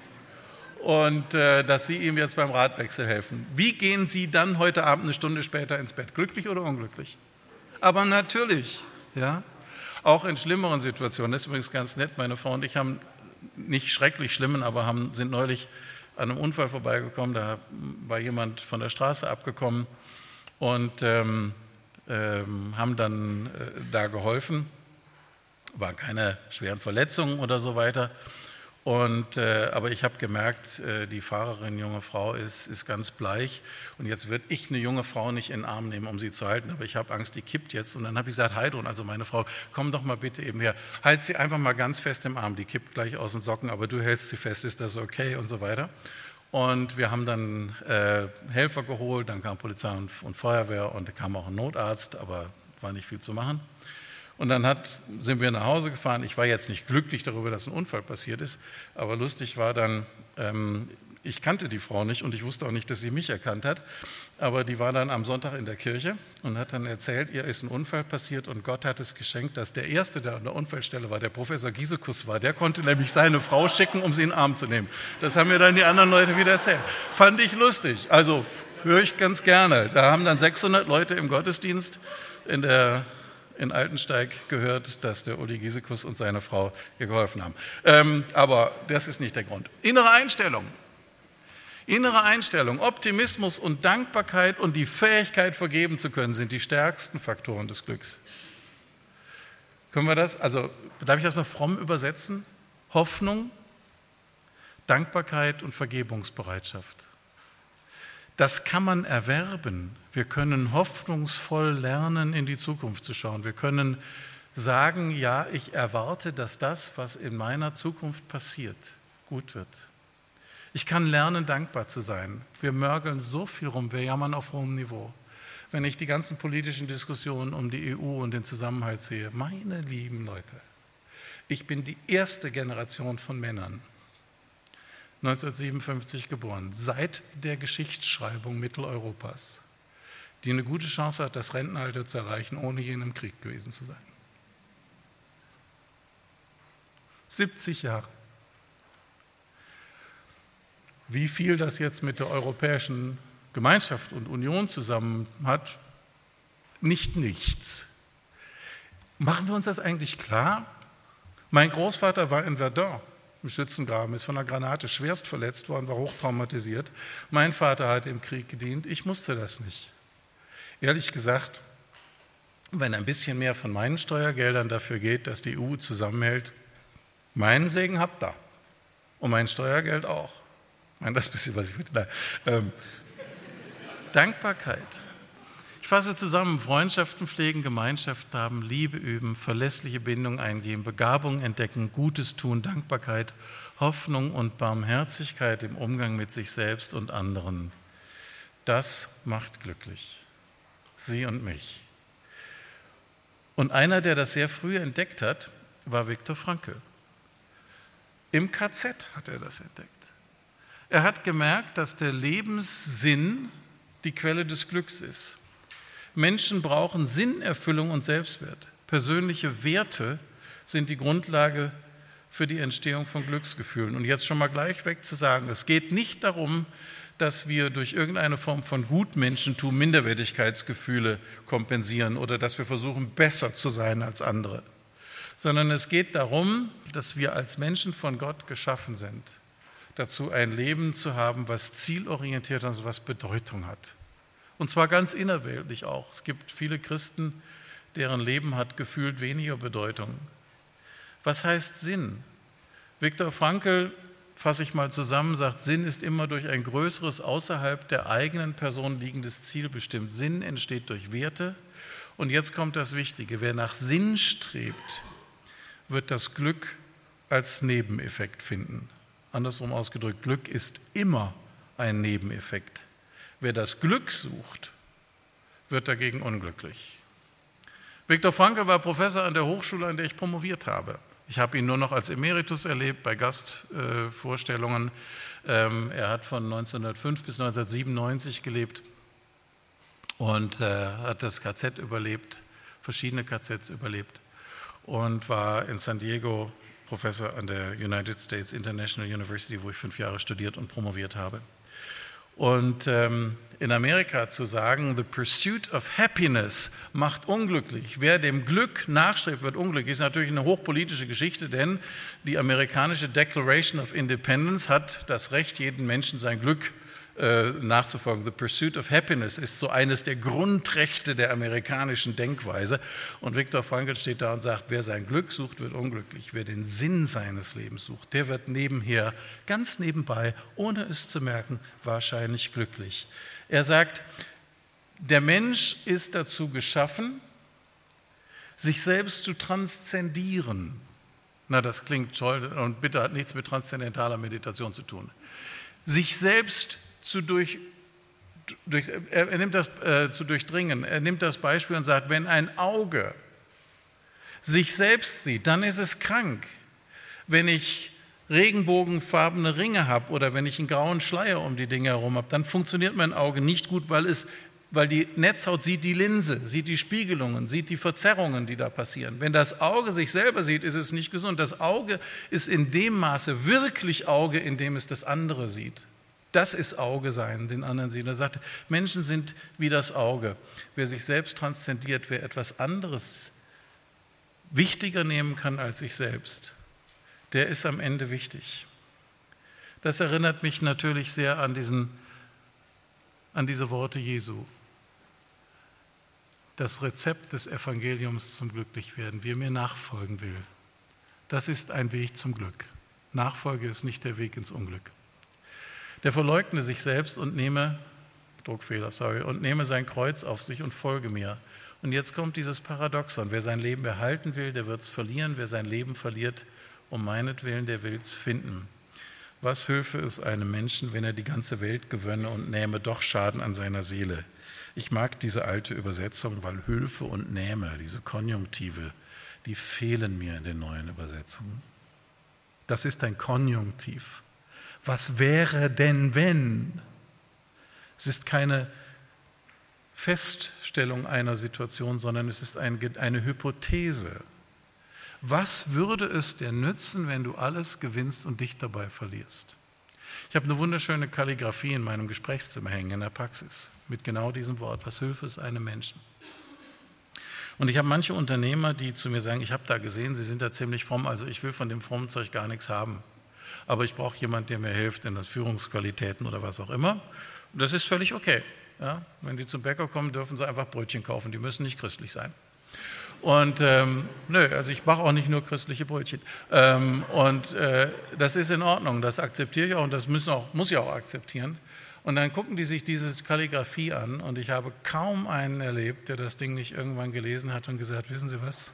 und äh, dass Sie ihm jetzt beim Radwechsel helfen. Wie gehen Sie dann heute Abend eine Stunde später ins Bett? Glücklich oder unglücklich? Aber natürlich, ja, auch in schlimmeren Situationen. Das ist übrigens ganz nett. Meine Frau und ich haben nicht schrecklich schlimmen, aber haben, sind neulich an einem Unfall vorbeigekommen. Da war jemand von der Straße abgekommen und ähm, ähm, haben dann äh, da geholfen. Waren keine schweren Verletzungen oder so weiter. Und, äh, aber ich habe gemerkt, äh, die Fahrerin, junge Frau, ist, ist ganz bleich. Und jetzt würde ich eine junge Frau nicht in den Arm nehmen, um sie zu halten. Aber ich habe Angst, die kippt jetzt. Und dann habe ich gesagt, Heidrun, also meine Frau, komm doch mal bitte eben her. Halt sie einfach mal ganz fest im Arm. Die kippt gleich aus den Socken, aber du hältst sie fest, ist das okay und so weiter. Und wir haben dann äh, Helfer geholt, dann kam Polizei und, und Feuerwehr und da kam auch ein Notarzt, aber war nicht viel zu machen. Und dann hat, sind wir nach Hause gefahren. Ich war jetzt nicht glücklich darüber, dass ein Unfall passiert ist, aber lustig war dann, ähm, ich kannte die Frau nicht und ich wusste auch nicht, dass sie mich erkannt hat, aber die war dann am Sonntag in der Kirche und hat dann erzählt, ihr ist ein Unfall passiert und Gott hat es geschenkt, dass der Erste, der an der Unfallstelle war, der Professor Gisekus war. Der konnte nämlich seine Frau schicken, um sie in den Arm zu nehmen. Das haben mir dann die anderen Leute wieder erzählt. Fand ich lustig, also höre ich ganz gerne. Da haben dann sechshundert Leute im Gottesdienst in der in Altensteig gehört, dass der Uli Gisekus und seine Frau ihr geholfen haben. Ähm, aber das ist nicht der Grund. Innere Einstellung. Innere Einstellung, Optimismus und Dankbarkeit und die Fähigkeit, vergeben zu können, sind die stärksten Faktoren des Glücks. Können wir das, also darf ich das mal fromm übersetzen? Hoffnung, Dankbarkeit und Vergebungsbereitschaft. Das kann man erwerben. Wir können hoffnungsvoll lernen, in die Zukunft zu schauen. Wir können sagen, ja, ich erwarte, dass das, was in meiner Zukunft passiert, gut wird. Ich kann lernen, dankbar zu sein. Wir mörgeln so viel rum, wir jammern auf hohem Niveau. Wenn ich die ganzen politischen Diskussionen um die E U und den Zusammenhalt sehe, meine lieben Leute, ich bin die erste Generation von Männern, neunzehnhundertsiebenundfünfzig geboren, seit der Geschichtsschreibung Mitteleuropas, die eine gute Chance hat, das Rentenalter zu erreichen, ohne je in einem Krieg gewesen zu sein. siebzig Jahre. Wie viel das jetzt mit der Europäischen Gemeinschaft und Union zusammen hat, nicht nichts. Machen wir uns das eigentlich klar? Mein Großvater war in Verdun im Schützengraben, ist von einer Granate schwerst verletzt worden, war hochtraumatisiert. Mein Vater hat im Krieg gedient, ich musste das nicht. Ehrlich gesagt, wenn ein bisschen mehr von meinen Steuergeldern dafür geht, dass die E U zusammenhält, meinen Segen habt ihr. Und mein Steuergeld auch. Ich meine, das bisschen, was ich bitte. Ähm, Dankbarkeit. Ich fasse zusammen: Freundschaften pflegen, Gemeinschaft haben, Liebe üben, verlässliche Bindung eingehen, Begabung entdecken, Gutes tun, Dankbarkeit, Hoffnung und Barmherzigkeit im Umgang mit sich selbst und anderen. Das macht glücklich. Sie und mich. Und einer, der das sehr früh entdeckt hat, war Viktor Frankl. Im K Z hat er das entdeckt. Er hat gemerkt, dass der Lebenssinn die Quelle des Glücks ist. Menschen brauchen Sinnerfüllung und Selbstwert. Persönliche Werte sind die Grundlage für die Entstehung von Glücksgefühlen. Und jetzt schon mal gleich weg zu sagen, es geht nicht darum, dass wir durch irgendeine Form von Gutmenschentum Minderwertigkeitsgefühle kompensieren oder dass wir versuchen, besser zu sein als andere, sondern es geht darum, dass wir als Menschen von Gott geschaffen sind, dazu ein Leben zu haben, was zielorientiert ist, was Bedeutung hat. Und zwar ganz innerweltlich auch. Es gibt viele Christen, deren Leben hat gefühlt weniger Bedeutung. Was heißt Sinn? Viktor Frankl, fasse ich mal zusammen, sagt, Sinn ist immer durch ein größeres, außerhalb der eigenen Person liegendes Ziel bestimmt. Sinn entsteht durch Werte. Und jetzt kommt das Wichtige: Wer nach Sinn strebt, wird das Glück als Nebeneffekt finden. Andersrum ausgedrückt, Glück ist immer ein Nebeneffekt. Wer das Glück sucht, wird dagegen unglücklich. Viktor Frankl war Professor an der Hochschule, an der ich promoviert habe. Ich habe ihn nur noch als Emeritus erlebt, bei Gastvorstellungen. Ähm, er hat von neunzehnhundertfünf bis neunzehnhundertsiebenundneunzig gelebt und äh, hat das K Z überlebt, verschiedene K Zs überlebt und war in San Diego Professor an der United States International University, wo ich fünf Jahre studiert und promoviert habe. Und ähm, in Amerika zu sagen, the pursuit of happiness macht unglücklich. Wer dem Glück nachstrebt, wird unglücklich. Ist natürlich eine hochpolitische Geschichte, denn die amerikanische Declaration of Independence hat das Recht, jeden Menschen sein Glück äh, nachzufolgen. The pursuit of happiness ist so eines der Grundrechte der amerikanischen Denkweise. Und Viktor Frankl steht da und sagt, wer sein Glück sucht, wird unglücklich. Wer den Sinn seines Lebens sucht, der wird nebenher, ganz nebenbei, ohne es zu merken, wahrscheinlich glücklich. Er sagt, der Mensch ist dazu geschaffen, sich selbst zu transzendieren. Na, das klingt toll und bitte hat nichts mit transzendentaler Meditation zu tun. Sich selbst zu durch, durch er, er nimmt das äh, zu durchdringen. Er nimmt das Beispiel und sagt, wenn ein Auge sich selbst sieht, dann ist es krank. Wenn ich regenbogenfarbene Ringe habe oder wenn ich einen grauen Schleier um die Dinge herum habe, dann funktioniert mein Auge nicht gut, weil, es, weil die Netzhaut sieht die Linse, sieht die Spiegelungen, sieht die Verzerrungen, die da passieren. Wenn das Auge sich selber sieht, ist es nicht gesund. Das Auge ist in dem Maße wirklich Auge, in dem es das andere sieht. Das ist Auge sein, den anderen sehen. Er sagt, Menschen sind wie das Auge. Wer sich selbst transzendiert, wer etwas anderes wichtiger nehmen kann als sich selbst, der ist am Ende wichtig. Das erinnert mich natürlich sehr an, diesen, an diese Worte Jesu. Das Rezept des Evangeliums zum Glücklichwerden, wer mir nachfolgen will, das ist ein Weg zum Glück. Nachfolge ist nicht der Weg ins Unglück. Der verleugne sich selbst und nehme, Druckfehler, sorry, und nehme sein Kreuz auf sich und folge mir. Und jetzt kommt dieses Paradoxon. Wer sein Leben behalten will, der wird es verlieren. Wer sein Leben verliert, um meinetwillen, der will es finden. Was hülfe es einem Menschen, wenn er die ganze Welt gewönne und nähme doch Schaden an seiner Seele? Ich mag diese alte Übersetzung, weil Hülfe und Nähme, diese Konjunktive, die fehlen mir in den neuen Übersetzungen. Das ist ein Konjunktiv. Was wäre denn, wenn? Es ist keine Feststellung einer Situation, sondern es ist ein, eine Hypothese. Was würde es dir nützen, wenn du alles gewinnst und dich dabei verlierst? Ich habe eine wunderschöne Kalligraphie in meinem Gesprächszimmer hängen, in der Praxis, mit genau diesem Wort. Was hülfe es einem Menschen? Und ich habe manche Unternehmer, die zu mir sagen, ich habe da gesehen, sie sind da ziemlich fromm, also ich will von dem frommen Zeug gar nichts haben. Aber ich brauche jemanden, der mir hilft in den Führungsqualitäten oder was auch immer. Und das ist völlig okay. Ja? Wenn die zum Bäcker kommen, dürfen sie einfach Brötchen kaufen, die müssen nicht christlich sein. Und ähm, nö, also ich mache auch nicht nur christliche Brötchen. Ähm, und äh, das ist in Ordnung, das akzeptiere ich auch und das müssen auch, muss ich auch akzeptieren. Und dann gucken die sich diese Kalligrafie an und ich habe kaum einen erlebt, der das Ding nicht irgendwann gelesen hat und gesagt, wissen Sie was?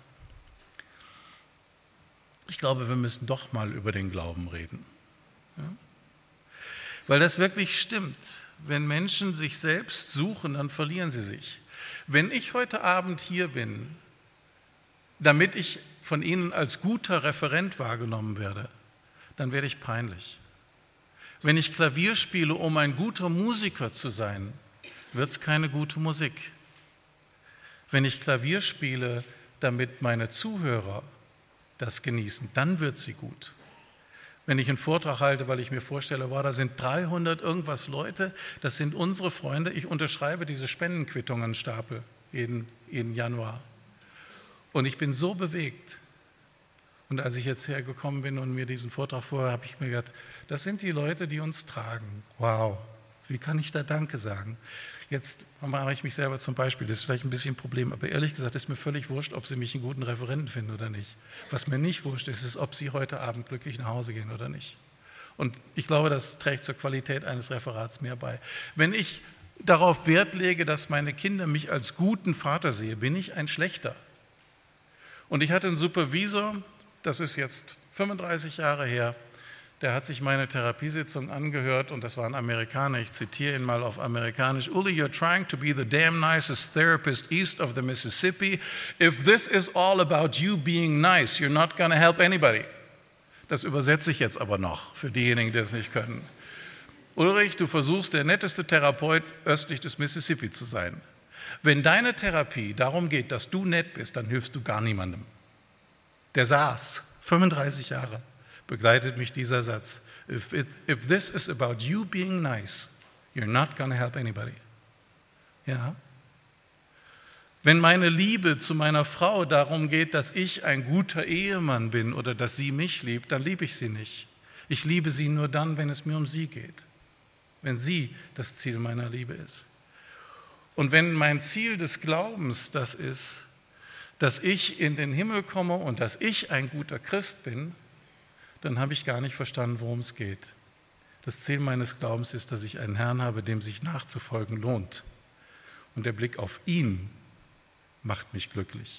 Ich glaube, wir müssen doch mal über den Glauben reden. Ja? Weil das wirklich stimmt. Wenn Menschen sich selbst suchen, dann verlieren sie sich. Wenn ich heute Abend hier bin, damit ich von Ihnen als guter Referent wahrgenommen werde, dann werde ich peinlich. Wenn ich Klavier spiele, um ein guter Musiker zu sein, wird es keine gute Musik. Wenn ich Klavier spiele, damit meine Zuhörer das genießen, dann wird sie gut. Wenn ich einen Vortrag halte, weil ich mir vorstelle, wow, da sind dreihundert irgendwas Leute, das sind unsere Freunde, ich unterschreibe diese Spendenkwittungen-Stapel jeden, jeden Januar. Und ich bin so bewegt. Und als ich jetzt hergekommen bin und mir diesen Vortrag vorher, habe ich mir gedacht, das sind die Leute, die uns tragen. Wow, wie kann ich da Danke sagen? Jetzt mache ich mich selber zum Beispiel, das ist vielleicht ein bisschen ein Problem, aber ehrlich gesagt ist mir völlig wurscht, ob Sie mich einen guten Referenten finden oder nicht. Was mir nicht wurscht ist, ist, ob Sie heute Abend glücklich nach Hause gehen oder nicht. Und ich glaube, das trägt zur Qualität eines Referats mehr bei. Wenn ich darauf Wert lege, dass meine Kinder mich als guten Vater sehen, bin ich ein schlechter. Und ich hatte einen Supervisor, das ist jetzt fünfunddreißig Jahre her, der hat sich meine Therapiesitzung angehört und das war ein Amerikaner, ich zitiere ihn mal auf Amerikanisch. Uli, you're trying to be the damn nicest therapist east of the Mississippi. If this is all about you being nice, you're not going to help anybody. Das übersetze ich jetzt aber noch für diejenigen, die es nicht können. Ulrich, du versuchst, der netteste Therapeut östlich des Mississippi zu sein. Wenn deine Therapie darum geht, dass du nett bist, dann hilfst du gar niemandem. Der saß, fünfunddreißig Jahre, begleitet mich dieser Satz. If, it, if this is about you being nice, you're not going to help anybody. Ja? Wenn meine Liebe zu meiner Frau darum geht, dass ich ein guter Ehemann bin oder dass sie mich liebt, dann liebe ich sie nicht. Ich liebe sie nur dann, wenn es mir um sie geht. Wenn sie das Ziel meiner Liebe ist. Und wenn mein Ziel des Glaubens das ist, dass ich in den Himmel komme und dass ich ein guter Christ bin, dann habe ich gar nicht verstanden, worum es geht. Das Ziel meines Glaubens ist, dass ich einen Herrn habe, dem sich nachzufolgen lohnt. Und der Blick auf ihn macht mich glücklich.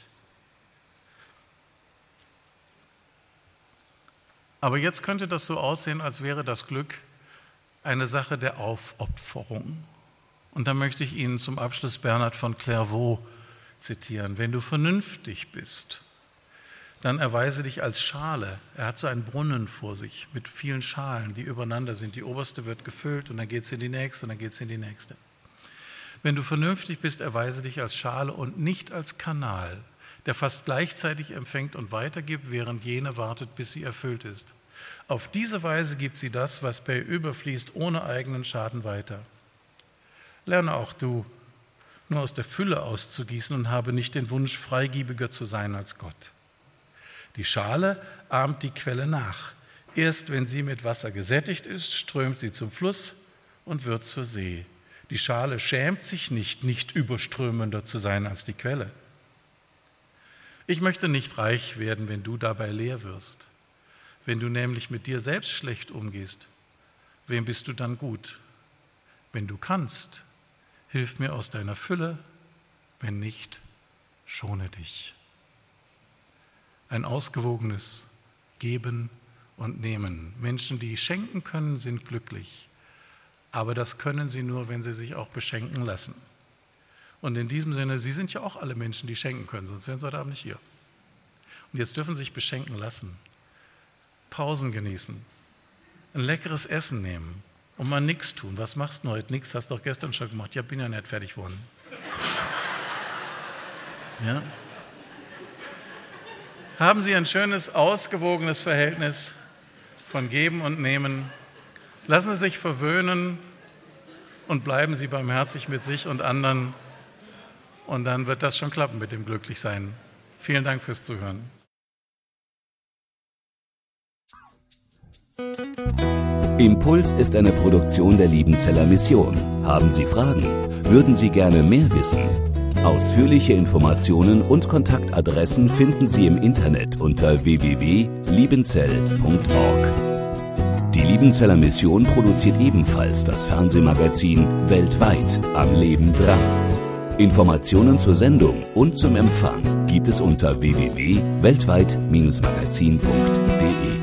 Aber jetzt könnte das so aussehen, als wäre das Glück eine Sache der Aufopferung. Und da möchte ich Ihnen zum Abschluss Bernhard von Clairvaux zitieren. Wenn du vernünftig bist, dann erweise dich als Schale. Er hat so einen Brunnen vor sich mit vielen Schalen, die übereinander sind. Die oberste wird gefüllt und dann geht es in die nächste und dann geht es in die nächste. Wenn du vernünftig bist, erweise dich als Schale und nicht als Kanal, der fast gleichzeitig empfängt und weitergibt, während jene wartet, bis sie erfüllt ist. Auf diese Weise gibt sie das, was bei ihr überfließt, ohne eigenen Schaden weiter. Lerne auch du, nur aus der Fülle auszugießen und habe nicht den Wunsch, freigebiger zu sein als Gott. Die Schale ahmt die Quelle nach. Erst wenn sie mit Wasser gesättigt ist, strömt sie zum Fluss und wird zur See. Die Schale schämt sich nicht, nicht überströmender zu sein als die Quelle. Ich möchte nicht reich werden, wenn du dabei leer wirst. Wenn du nämlich mit dir selbst schlecht umgehst, wem bist du dann gut? Wenn du kannst, hilf mir aus deiner Fülle, wenn nicht, schone dich. Ein ausgewogenes Geben und Nehmen. Menschen, die schenken können, sind glücklich. Aber das können sie nur, wenn sie sich auch beschenken lassen. Und in diesem Sinne, Sie sind ja auch alle Menschen, die schenken können, sonst wären Sie heute Abend nicht hier. Und jetzt dürfen Sie sich beschenken lassen. Pausen genießen. Ein leckeres Essen nehmen. Und mal nichts tun. Was machst du heute? Nix, hast du doch gestern schon gemacht. Ja, bin ja nicht fertig geworden. Ja? Haben Sie ein schönes, ausgewogenes Verhältnis von Geben und Nehmen. Lassen Sie sich verwöhnen und bleiben Sie barmherzig mit sich und anderen. Und dann wird das schon klappen mit dem Glücklichsein. Vielen Dank fürs Zuhören. Impuls ist eine Produktion der Liebenzeller Mission. Haben Sie Fragen? Würden Sie gerne mehr wissen? Ausführliche Informationen und Kontaktadressen finden Sie im Internet unter w w w punkt liebenzell punkt org. Die Liebenzeller Mission produziert ebenfalls das Fernsehmagazin Weltweit am Leben dran. Informationen zur Sendung und zum Empfang gibt es unter w w w punkt weltweit Bindestrich magazin punkt de.